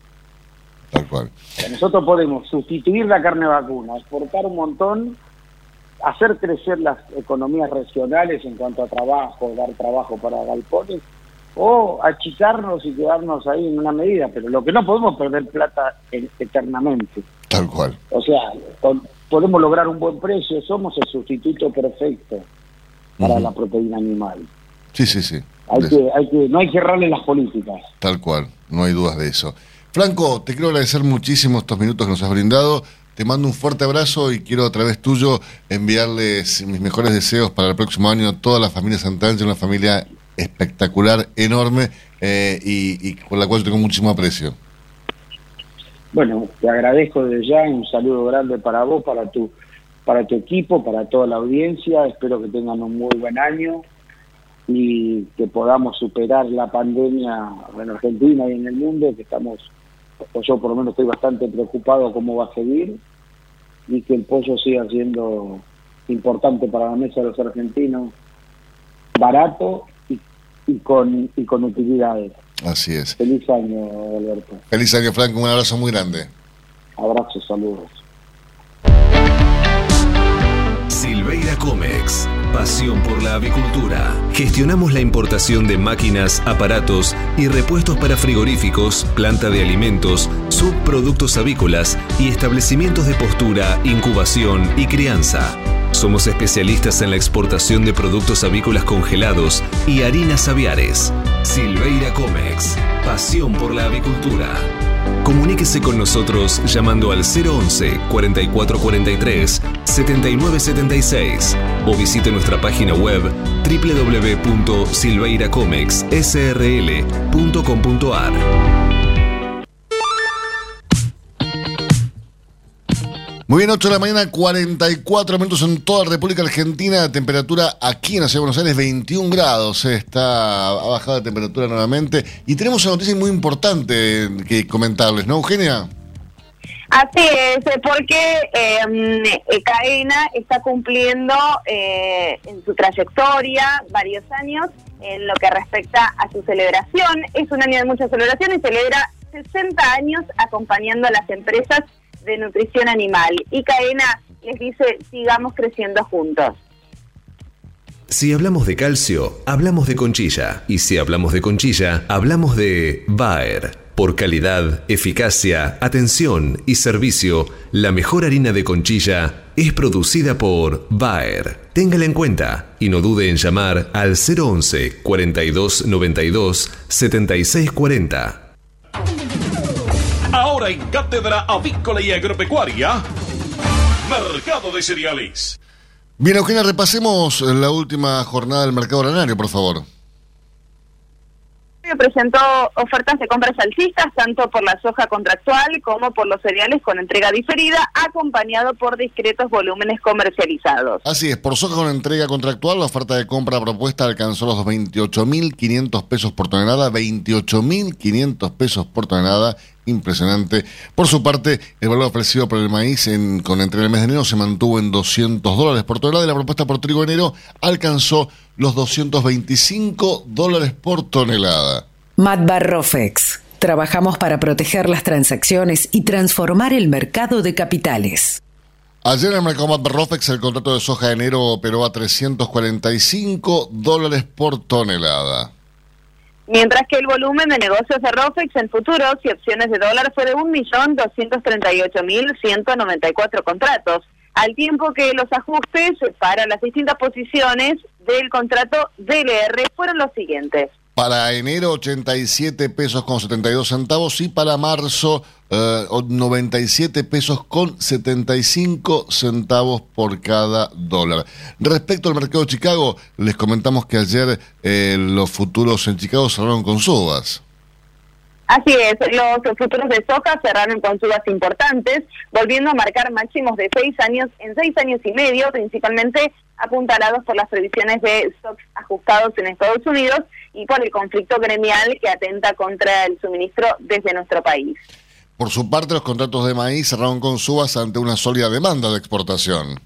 Tal cual. Nosotros podemos sustituir la carne vacuna, exportar un montón, hacer crecer las economías regionales en cuanto a trabajo, dar trabajo para galpones, o achicarnos y quedarnos ahí en una medida, pero lo que no podemos perder plata en, eternamente. Tal cual. O sea, con, podemos lograr un buen precio, somos el sustituto perfecto para uh-huh. la proteína animal. Sí, sí, sí. Hay que, hay que, no hay que errarle las políticas. Tal cual, no hay dudas de eso. Franco, te quiero agradecer muchísimo estos minutos que nos has brindado. Te mando un fuerte abrazo y quiero a través tuyo enviarles mis mejores deseos para el próximo año a toda la familia Santangelo, una familia espectacular, enorme eh, y, y con la cual yo tengo muchísimo aprecio. Bueno, te agradezco desde ya, un saludo grande para vos, para tu, para tu equipo, para toda la audiencia. Espero que tengan un muy buen año y que podamos superar la pandemia en Argentina y en el mundo, que estamos... o yo por lo menos estoy bastante preocupado cómo va a seguir, y que el pollo siga siendo importante para la mesa de los argentinos, barato y, y con y con utilidades. Así es. Feliz año, Alberto. Feliz año, Franco, un abrazo muy grande. Abrazos, saludos. Silveira Comex, pasión por la avicultura. Gestionamos la importación de máquinas, aparatos y repuestos para frigoríficos, planta de alimentos, subproductos avícolas y establecimientos de postura, incubación y crianza. Somos especialistas en la exportación de productos avícolas congelados y harinas aviares. Silveira Comex, pasión por la avicultura. Comuníquese con nosotros llamando al cero once, cuarenta y cuatro cuarenta y tres, setenta y nueve setenta y seis o visite nuestra página web doble u doble u doble u punto silveira comex s r l punto com punto a r. Muy bien, ocho de la mañana, cuarenta y cuatro minutos en toda la República Argentina. Temperatura aquí en la Ciudad de Buenos Aires, veintiún grados. Eh, está, ha bajado la temperatura nuevamente. Y tenemos una noticia muy importante que comentarles, ¿no, Eugenia? Así es, porque eh, Cadena está cumpliendo eh, en su trayectoria varios años en lo que respecta a su celebración. Es un año de mucha celebración y celebra sesenta años acompañando a las empresas de nutrición animal. Y Cadena les dice, sigamos creciendo juntos. Si hablamos de calcio, hablamos de Conchilla. Y si hablamos de Conchilla, hablamos de Bayer. Por calidad, eficacia, atención y servicio, la mejor harina de Conchilla es producida por Bayer. Téngala en cuenta y no dude en llamar al cero once, cuarenta y dos noventa y dos, setenta y seis cuarenta. Ahora en Cátedra Avícola y Agropecuaria, Mercado de Cereales. Bien, Eugenia, repasemos la última jornada del mercado granario, por favor. Presentó ofertas de compras alcistas tanto por la soja contractual como por los cereales con entrega diferida, acompañado por discretos volúmenes comercializados. Así es, por soja con entrega contractual, la oferta de compra propuesta alcanzó los veintiocho mil quinientos pesos por tonelada, veintiocho mil quinientos pesos por tonelada, impresionante. Por su parte, el valor ofrecido por el maíz en, con entrega del mes de enero se mantuvo en doscientos dólares por tonelada y la propuesta por trigo de enero alcanzó los doscientos veinticinco dólares por tonelada. Matbar Rofex. Trabajamos para proteger las transacciones y transformar el mercado de capitales. Ayer en el mercado Matbar Rofex el contrato de soja de enero operó a trescientos cuarenta y cinco dólares por tonelada. Mientras que el volumen de negocios de Rofex en futuros y opciones de dólar fue de un millón doscientos treinta y ocho mil ciento noventa y cuatro contratos, al tiempo que los ajustes para las distintas posiciones del contrato D L R fueron los siguientes. Para enero ochenta y siete pesos con setenta y dos centavos y para marzo eh, noventa y siete pesos con setenta y cinco centavos por cada dólar. Respecto al mercado de Chicago, les comentamos que ayer eh, los futuros en Chicago cerraron con subas. Así es, los futuros de soja cerraron con subas importantes, volviendo a marcar máximos de seis años en seis años y medio, principalmente apuntalados por las previsiones de stocks ajustados en Estados Unidos y por el conflicto gremial que atenta contra el suministro desde nuestro país. Por su parte, los contratos de maíz cerraron con subas ante una sólida demanda de exportación.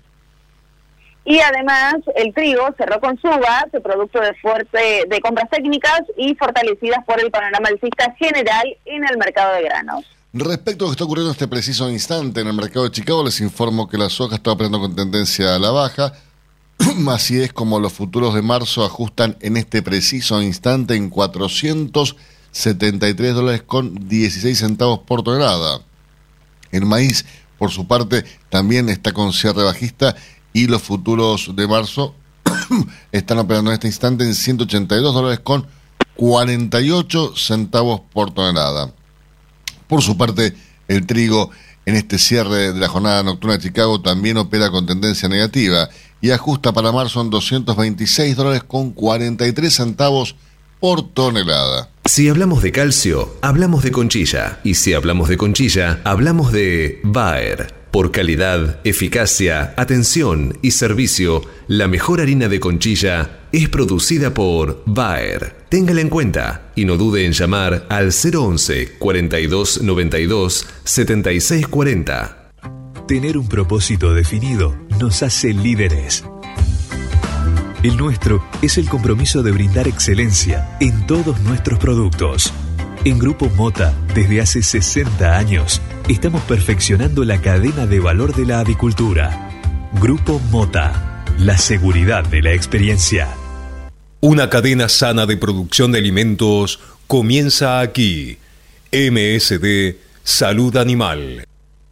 Y además, el trigo cerró con subas, producto de fuerte de compras técnicas y fortalecidas por el panorama alcista general en el mercado de granos. Respecto a lo que está ocurriendo en este preciso instante en el mercado de Chicago, les informo que la soja está operando con tendencia a la baja. Así es como los futuros de marzo ajustan en este preciso instante en cuatrocientos setenta y tres dólares con dieciséis centavos por tonelada. El maíz, por su parte, también está con cierre bajista y los futuros de marzo están operando en este instante en ciento ochenta y dos dólares con cuarenta y ocho centavos por tonelada. Por su parte, el trigo en este cierre de la jornada nocturna de Chicago también opera con tendencia negativa y ajusta para marzo en doscientos veintiséis dólares con cuarenta y tres centavos por tonelada. Si hablamos de calcio, hablamos de Conchilla. Y si hablamos de Conchilla, hablamos de Bayer. Por calidad, eficacia, atención y servicio, la mejor harina de Conchilla es producida por Bayer. Téngala en cuenta y no dude en llamar al cero once, cuarenta y dos noventa y dos, setenta y seis cuarenta. Tener un propósito definido nos hace líderes. El nuestro es el compromiso de brindar excelencia en todos nuestros productos. En Grupo Mota, desde hace sesenta años, estamos perfeccionando la cadena de valor de la avicultura. Grupo Mota, la seguridad de la experiencia. Una cadena sana de producción de alimentos comienza aquí. M S D Salud Animal.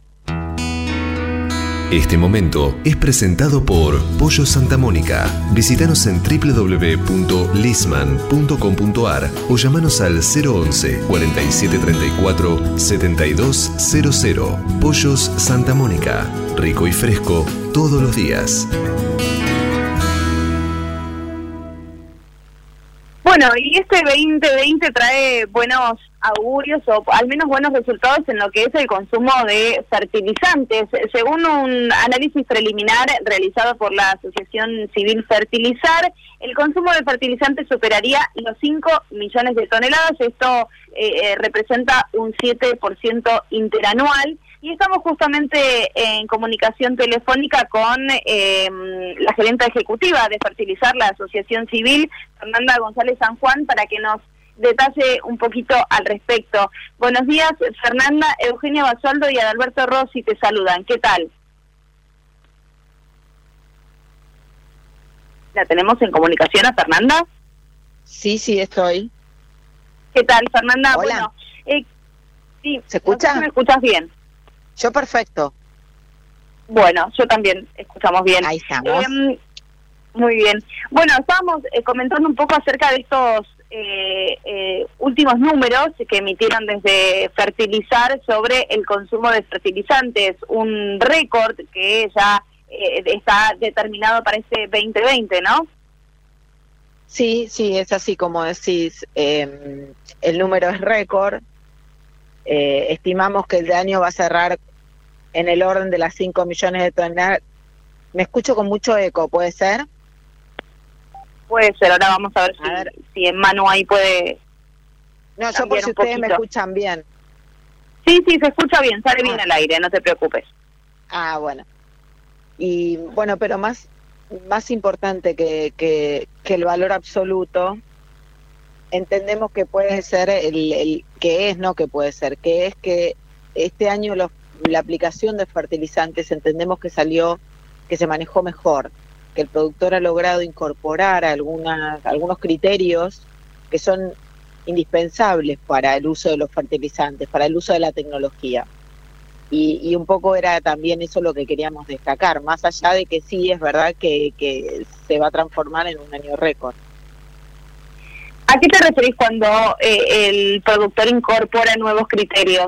Este momento es presentado por Pollo Santa Mónica. Visítanos en doble u doble u doble u punto lisman punto com punto a r o llamanos al cero once, cuarenta y siete treinta y cuatro, setenta y dos cero cero. Pollos Santa Mónica. Rico y fresco todos los días. Bueno, y este veinte veinte trae buenos augurios o al menos buenos resultados en lo que es el consumo de fertilizantes. Según un análisis preliminar realizado por la Asociación Civil Fertilizar, el consumo de fertilizantes superaría los cinco millones de toneladas. Esto eh, representa un siete por ciento interanual. Y estamos justamente en comunicación telefónica con eh, la gerente ejecutiva de Fertilizar, la Asociación Civil, Fernanda González San Juan, para que nos detalle un poquito al respecto. Buenos días, Fernanda. Eugenia Basualdo y Adalberto Rossi te saludan. ¿Qué tal? ¿La tenemos en comunicación a Fernanda? Sí, sí, estoy. ¿Qué tal, Fernanda? Hola. Bueno, eh, Sí, ¿se escucha? No sé si ¿me escuchas bien? Yo perfecto. Bueno, yo también escuchamos bien. Ahí estamos. Eh, muy bien. Bueno, estábamos eh, comentando un poco acerca de estos eh, eh, últimos números que emitieron desde Fertilizar sobre el consumo de fertilizantes, un récord que ya eh, está determinado para este veinte veinte, ¿no? Sí, sí, es así como decís, eh, el número es récord. Eh, estimamos que el año va a cerrar en el orden de las cinco millones de toneladas. Me escucho con mucho eco, ¿puede ser? Puede ser, ahora vamos a ver, a si, ver. si en Manu ahí puede... No, yo por si ustedes me escuchan bien. Sí, sí, se escucha bien, sale ah. bien al aire, no te preocupes. Ah, bueno. Y bueno, pero más más importante que, que, que el valor absoluto, entendemos que puede ser, el, el que es, no que puede ser, que es que este año los, la aplicación de fertilizantes entendemos que salió, que se manejó mejor, que el productor ha logrado incorporar algunas, algunos criterios que son indispensables para el uso de los fertilizantes, para el uso de la tecnología. Y, y un poco era también eso lo que queríamos destacar, más allá de que sí es verdad que, que se va a transformar en un año récord. ¿A qué te referís cuando eh, el productor incorpora nuevos criterios?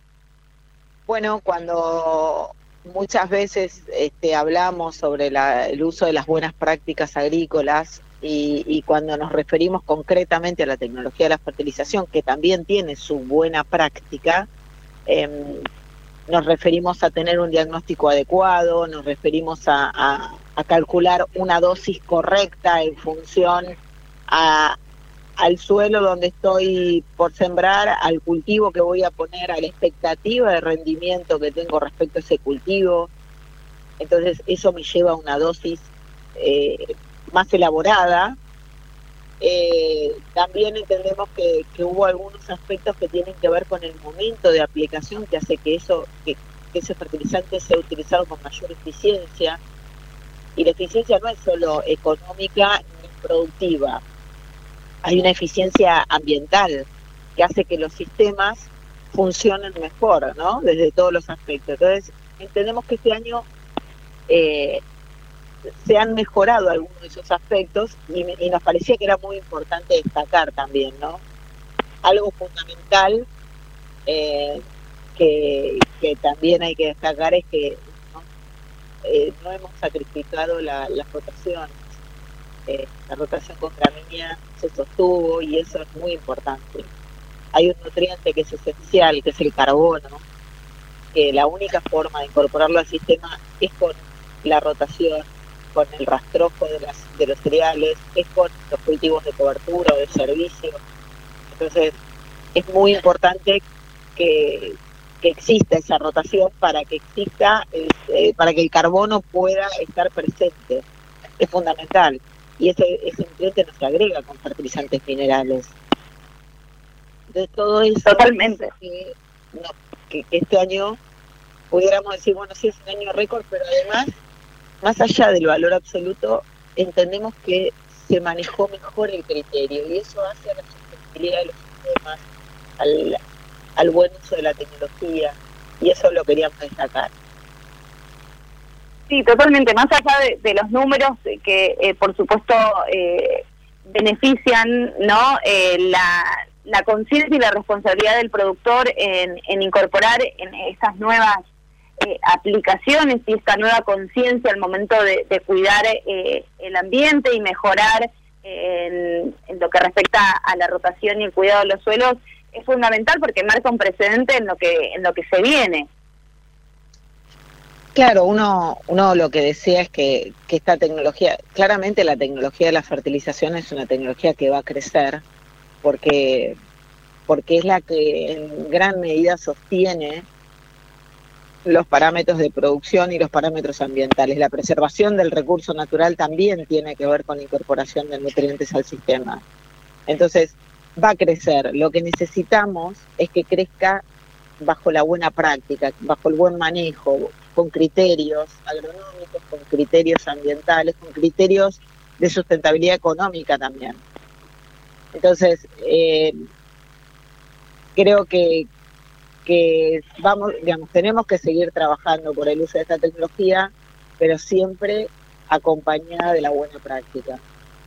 Bueno, cuando muchas veces este, hablamos sobre la, el uso de las buenas prácticas agrícolas y, y cuando nos referimos concretamente a la tecnología de la fertilización, que también tiene su buena práctica, eh, nos referimos a tener un diagnóstico adecuado, nos referimos a, a, a calcular una dosis correcta en función a, al suelo donde estoy por sembrar, al cultivo que voy a poner, a la expectativa de rendimiento que tengo respecto a ese cultivo. Entonces eso me lleva a una dosis eh, más elaborada. Eh, también entendemos que, que hubo algunos aspectos que tienen que ver con el momento de aplicación que hace que eso que, que ese fertilizante sea utilizado con mayor eficiencia, y la eficiencia no es solo económica ni productiva, hay una eficiencia ambiental que hace que los sistemas funcionen mejor, ¿no? Desde todos los aspectos. Entonces entendemos que este año eh, se han mejorado algunos de esos aspectos y, y nos parecía que era muy importante destacar también, ¿no? Algo fundamental eh, que, que también hay que destacar es que no, eh, no hemos sacrificado la, las rotaciones. Eh, la rotación con gramínea se sostuvo y eso es muy importante. Hay un nutriente que es esencial, que es el carbono, que la única forma de incorporarlo al sistema es con la rotación, con el rastrojo de, las, de los cereales, es con los cultivos de cobertura o de servicio. Entonces es muy importante que, que exista esa rotación para que exista, eh, para que el carbono pueda estar presente. Es fundamental. Y ese, ese nutriente no se agrega con fertilizantes minerales. Entonces todo eso totalmente que, no, que, que este año pudiéramos decir, bueno, sí es un año récord, pero además, más allá del valor absoluto, entendemos que se manejó mejor el criterio y eso hace a la sostenibilidad de los sistemas, al, al buen uso de la tecnología, y eso lo queríamos destacar. Sí, totalmente, más allá de, de los números que eh, por supuesto eh, benefician, ¿no? Eh, la, la conciencia y la responsabilidad del productor en, en incorporar en estas nuevas eh, aplicaciones y esta nueva conciencia al momento de, de cuidar eh, el ambiente y mejorar eh, en, en lo que respecta a la rotación y el cuidado de los suelos es fundamental porque marca un precedente en lo que en lo que se viene. Claro, uno uno lo que desea es que, que esta tecnología, claramente la tecnología de la fertilización es una tecnología que va a crecer porque porque es la que en gran medida sostiene los parámetros de producción y los parámetros ambientales. La preservación del recurso natural también tiene que ver con la incorporación de nutrientes al sistema. Entonces, va a crecer. Lo que necesitamos es que crezca bajo la buena práctica, bajo el buen manejo, con criterios agronómicos, con criterios ambientales, con criterios de sustentabilidad económica también. Entonces, eh, creo que, que vamos, digamos, tenemos que seguir trabajando por el uso de esta tecnología, pero siempre acompañada de la buena práctica.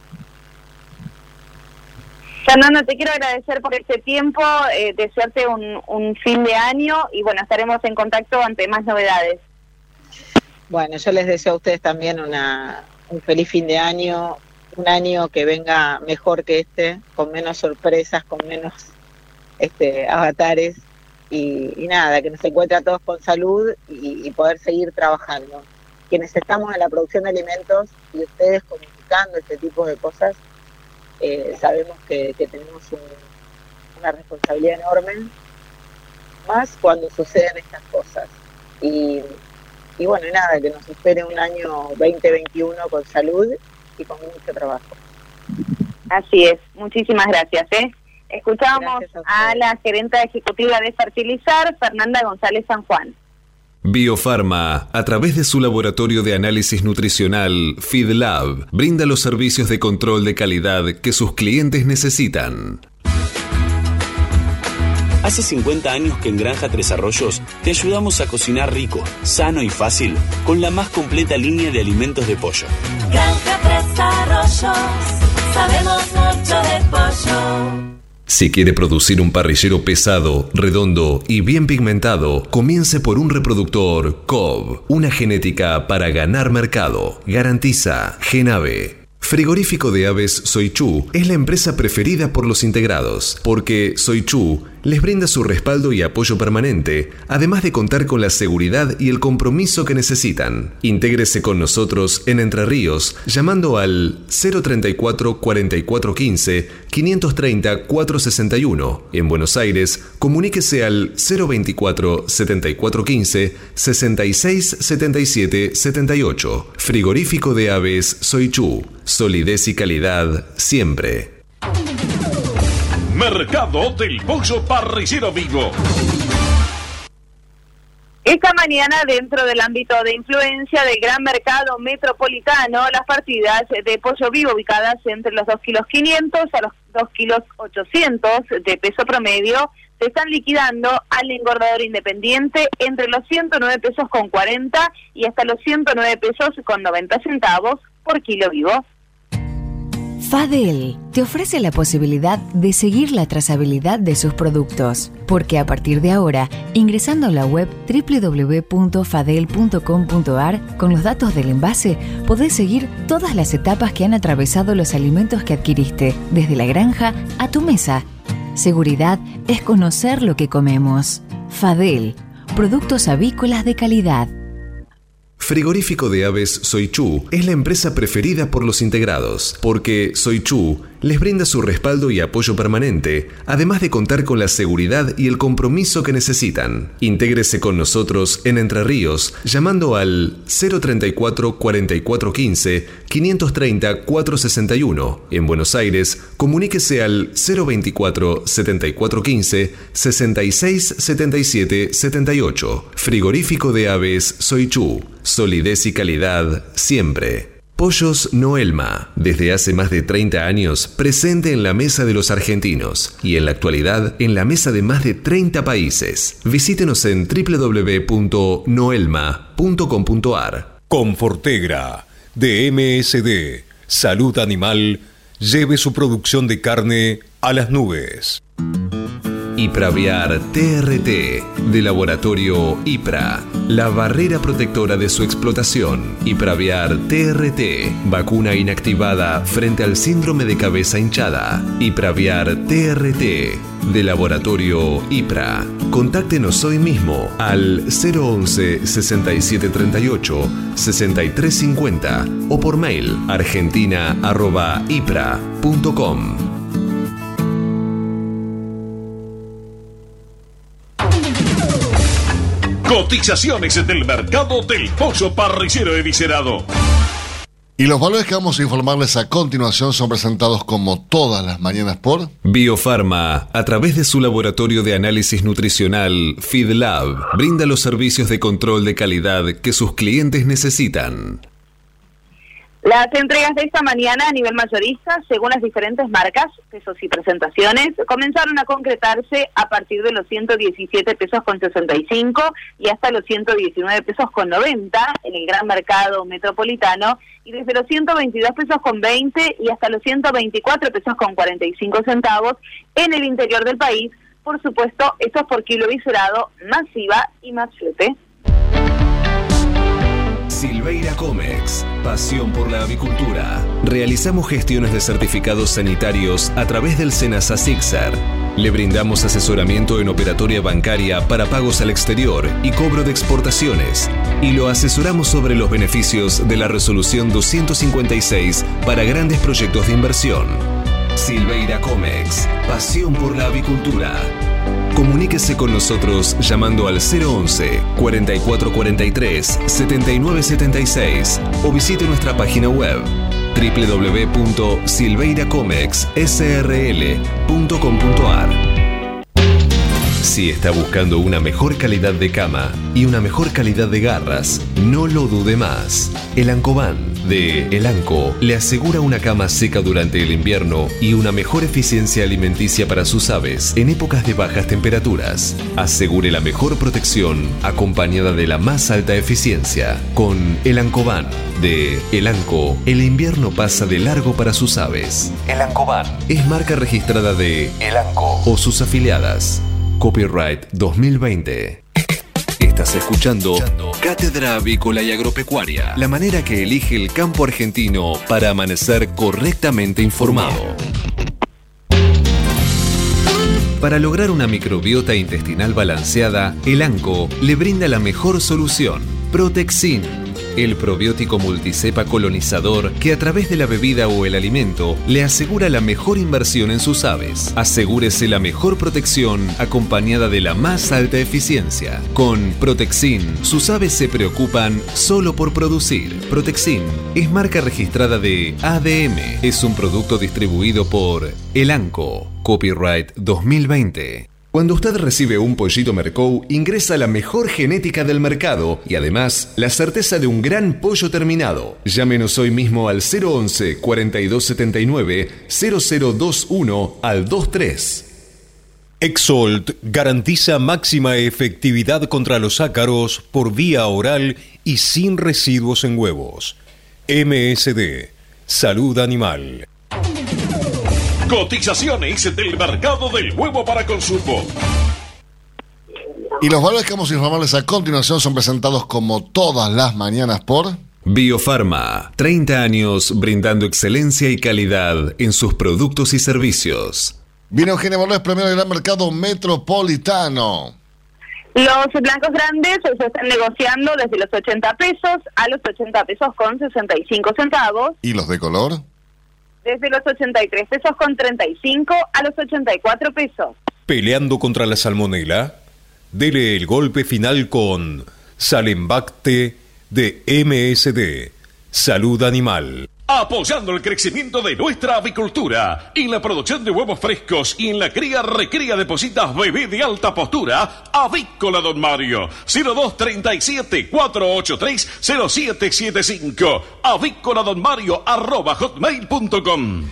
Fernanda, te quiero agradecer por este tiempo, eh, desearte un, un fin de año y bueno, estaremos en contacto ante más novedades. Bueno, yo les deseo a ustedes también una, un feliz fin de año, un año que venga mejor que este, con menos sorpresas, con menos este, avatares y, y nada, que nos encuentre a todos con salud y, y poder seguir trabajando. Quienes estamos en la producción de alimentos y ustedes comunicando este tipo de cosas, Eh, sabemos que, que tenemos un, una responsabilidad enorme, más cuando suceden estas cosas. Y, y bueno, nada, que nos espere un año veinte veintiuno con salud y con mucho trabajo. Así es, muchísimas gracias. ¿eh? Escuchábamos a, a la gerenta ejecutiva de Fertilizar, Fernanda González San Juan. Biofarma, a través de su laboratorio de análisis nutricional, FeedLab, brinda los servicios de control de calidad que sus clientes necesitan. Hace cincuenta años que en Granja Tres Arroyos te ayudamos a cocinar rico, sano y fácil, con la más completa línea de alimentos de pollo. Granja Tres Arroyos, sabemos mucho de pollo. Si quiere producir un parrillero pesado, redondo y bien pigmentado, comience por un reproductor C O B, una genética para ganar mercado. Garantiza Genave. Frigorífico de Aves Soichu es la empresa preferida por los integrados, porque Soichu les brinda su respaldo y apoyo permanente, además de contar con la seguridad y el compromiso que necesitan. Intégrese con nosotros en Entre Ríos, llamando al cero treinta y cuatro, cuarenta y cuatro quince, quinientos treinta, cuatrocientos sesenta y uno. En Buenos Aires, comuníquese al cero veinticuatro, setenta y cuatro quince, sesenta y seis setenta y siete setenta y ocho. Frigorífico de Aves Soichu. Solidez y calidad siempre. Mercado del Pollo Parrillero Vivo. Esta mañana, dentro del ámbito de influencia del gran mercado metropolitano, las partidas de pollo vivo ubicadas entre los dos kilos quinientos a los dos kilos ochocientos de peso promedio se están liquidando al engordador independiente entre los ciento nueve pesos con cuarenta y hasta los ciento nueve pesos con noventa centavos por kilo vivo. Fadel te ofrece la posibilidad de seguir la trazabilidad de sus productos, porque a partir de ahora, ingresando a la web doble u doble u doble u punto fadel punto com punto a r con los datos del envase, podés seguir todas las etapas que han atravesado los alimentos que adquiriste, desde la granja a tu mesa. Seguridad es conocer lo que comemos. Fadel, productos avícolas de calidad. Frigorífico de Aves Soichu es la empresa preferida por los integrados, porque Soichu les brinda su respaldo y apoyo permanente, además de contar con la seguridad y el compromiso que necesitan. Intégrese con nosotros en Entre Ríos, llamando al cero treinta y cuatro, cuarenta y cuatro quince, quinientos treinta, cuatrocientos sesenta y uno. En Buenos Aires, comuníquese al cero veinticuatro, setenta y cuatro quince, sesenta y seis setenta y siete setenta y ocho. Frigorífico de Aves Soichu. Solidez y calidad siempre. Pollos Noelma, desde hace más de treinta años presente en la mesa de los argentinos y en la actualidad en la mesa de más de treinta países. Visítenos en doble u doble u doble u punto noelma punto com punto a r. Confortegra, de M S D, Salud Animal, lleve su producción de carne a las nubes. Ipraviar T R T, de Laboratorio IPRA, la barrera protectora de su explotación. Ipraviar T R T, vacuna inactivada frente al síndrome de cabeza hinchada. Ipraviar T R T, de Laboratorio IPRA. Contáctenos hoy mismo al cero once, sesenta y siete treinta y ocho, sesenta y tres cincuenta o por mail argentina arroba ipra punto com. Cotizaciones del mercado del pollo parrillero eviscerado. Y los valores que vamos a informarles a continuación son presentados como todas las mañanas por Biofarma, a través de su laboratorio de análisis nutricional FeedLab, brinda los servicios de control de calidad que sus clientes necesitan. Las entregas de esta mañana a nivel mayorista, según las diferentes marcas, pesos y presentaciones, comenzaron a concretarse a partir de los ciento diecisiete pesos con sesenta y cinco y hasta los ciento diecinueve pesos con noventa en el gran mercado metropolitano, y desde los ciento veintidós pesos con veinte y hasta los ciento veinticuatro pesos con cuarenta y cinco centavos en el interior del país. Por supuesto, esto es por kilo viscerado, más I V A y más flete. Silveira Comex, pasión por la avicultura. Realizamos gestiones de certificados sanitarios a través del SENASA SICSAR. Le brindamos asesoramiento en operatoria bancaria para pagos al exterior y cobro de exportaciones. Y lo asesoramos sobre los beneficios de la resolución doscientos cincuenta y seis para grandes proyectos de inversión. Silveira Comex, pasión por la avicultura. Comuníquese con nosotros llamando al cero once, cuarenta y cuatro cuarenta y tres, setenta y nueve setenta y seis o visite nuestra página web doble u doble u doble u punto silveira comex s r l punto com punto a r. Si está buscando una mejor calidad de cama y una mejor calidad de garras, no lo dude más. El Ancoban de El Anco le asegura una cama seca durante el invierno y una mejor eficiencia alimenticia para sus aves en épocas de bajas temperaturas. Asegure la mejor protección acompañada de la más alta eficiencia. Con El Ancoban de El Anco, el invierno pasa de largo para sus aves. El Ancoban es marca registrada de El Anco o sus afiliadas. Copyright dos mil veinte. Estás escuchando Cátedra Avícola y Agropecuaria, la manera que elige el campo argentino para amanecer correctamente informado. Para lograr una microbiota intestinal balanceada, el ANCO le brinda la mejor solución, Protexin, el probiótico multicepa colonizador que a través de la bebida o el alimento le asegura la mejor inversión en sus aves. Asegúrese la mejor protección acompañada de la más alta eficiencia. Con Protexin, sus aves se preocupan solo por producir. Protexin es marca registrada de A D M. Es un producto distribuido por El ANCO. Copyright dos mil veinte. Cuando usted recibe un pollito Mercou, ingresa la mejor genética del mercado y además la certeza de un gran pollo terminado. Llámenos hoy mismo al cero once, cuarenta y dos setenta y nueve, cero cero veintiuno al veintitrés. Exolt garantiza máxima efectividad contra los ácaros por vía oral y sin residuos en huevos. M S D, Salud Animal. Cotizaciones del mercado del huevo para consumo. Y los valores que vamos a informarles a continuación son presentados como todas las mañanas por Biofarma, treinta años brindando excelencia y calidad en sus productos y servicios. Vino Eugenia Valores, premio del gran mercado metropolitano. Los blancos grandes se están negociando desde los ochenta pesos a los ochenta pesos con sesenta y cinco centavos. ¿Y los de color? Desde los ochenta y tres pesos con treinta y cinco a los ochenta y cuatro pesos. ¿Peleando contra la salmonela? Dele el golpe final con Salembacte de M S D, Salud Animal. Apoyando el crecimiento de nuestra avicultura, en la producción de huevos frescos y en la cría recría de positas bebé de alta postura, Avícola Don Mario, cero dos treinta y siete, cuatrocientos ochenta y tres, cero siete siete cinco, avícola don mario arroba hotmail punto com.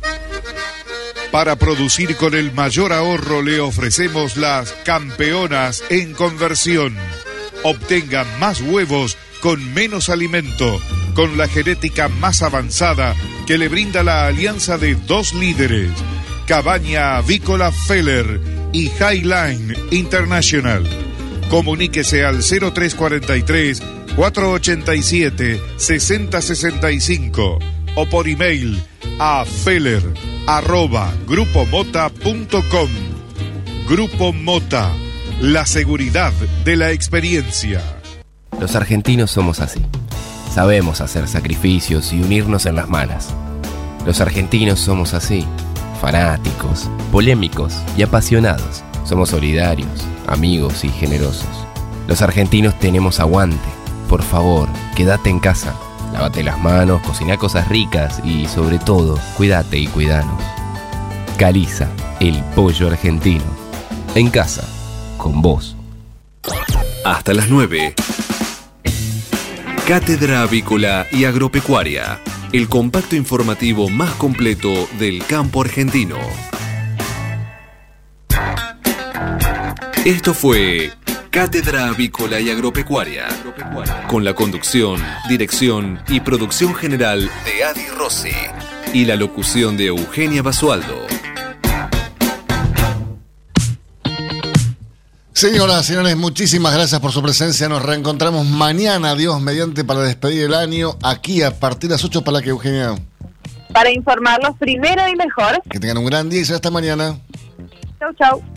Para producir con el mayor ahorro le ofrecemos las campeonas en conversión. Obtenga más huevos con menos alimento, con la genética más avanzada que le brinda la alianza de dos líderes, Cabaña Avícola Feller y Highline International. Comuníquese al cero tres cuarenta y tres, cuatrocientos ochenta y siete, sesenta sesenta y cinco o por email a feller arroba grupomota punto com. Grupo Mota, la seguridad de la experiencia. Los argentinos somos así. Sabemos hacer sacrificios y unirnos en las malas. Los argentinos somos así, fanáticos, polémicos y apasionados. Somos solidarios, amigos y generosos. Los argentinos tenemos aguante. Por favor, quédate en casa. Lávate las manos, cocina cosas ricas y, sobre todo, cuídate y cuidanos. Caliza, el pollo argentino. En casa, con vos. Hasta las nueve. Cátedra Avícola y Agropecuaria. el compacto informativo más completo del campo argentino. Esto fue Cátedra Avícola y Agropecuaria, con la conducción, dirección y producción general de Adi Rossi y la locución de Eugenia Basualdo. Señoras, señores, muchísimas gracias por su presencia. Nos reencontramos mañana, Dios mediante, para despedir el año, aquí a partir de las ocho para que Eugenia. Para informarlos primero y mejor. Que tengan un gran día y será hasta mañana. Chau, chau.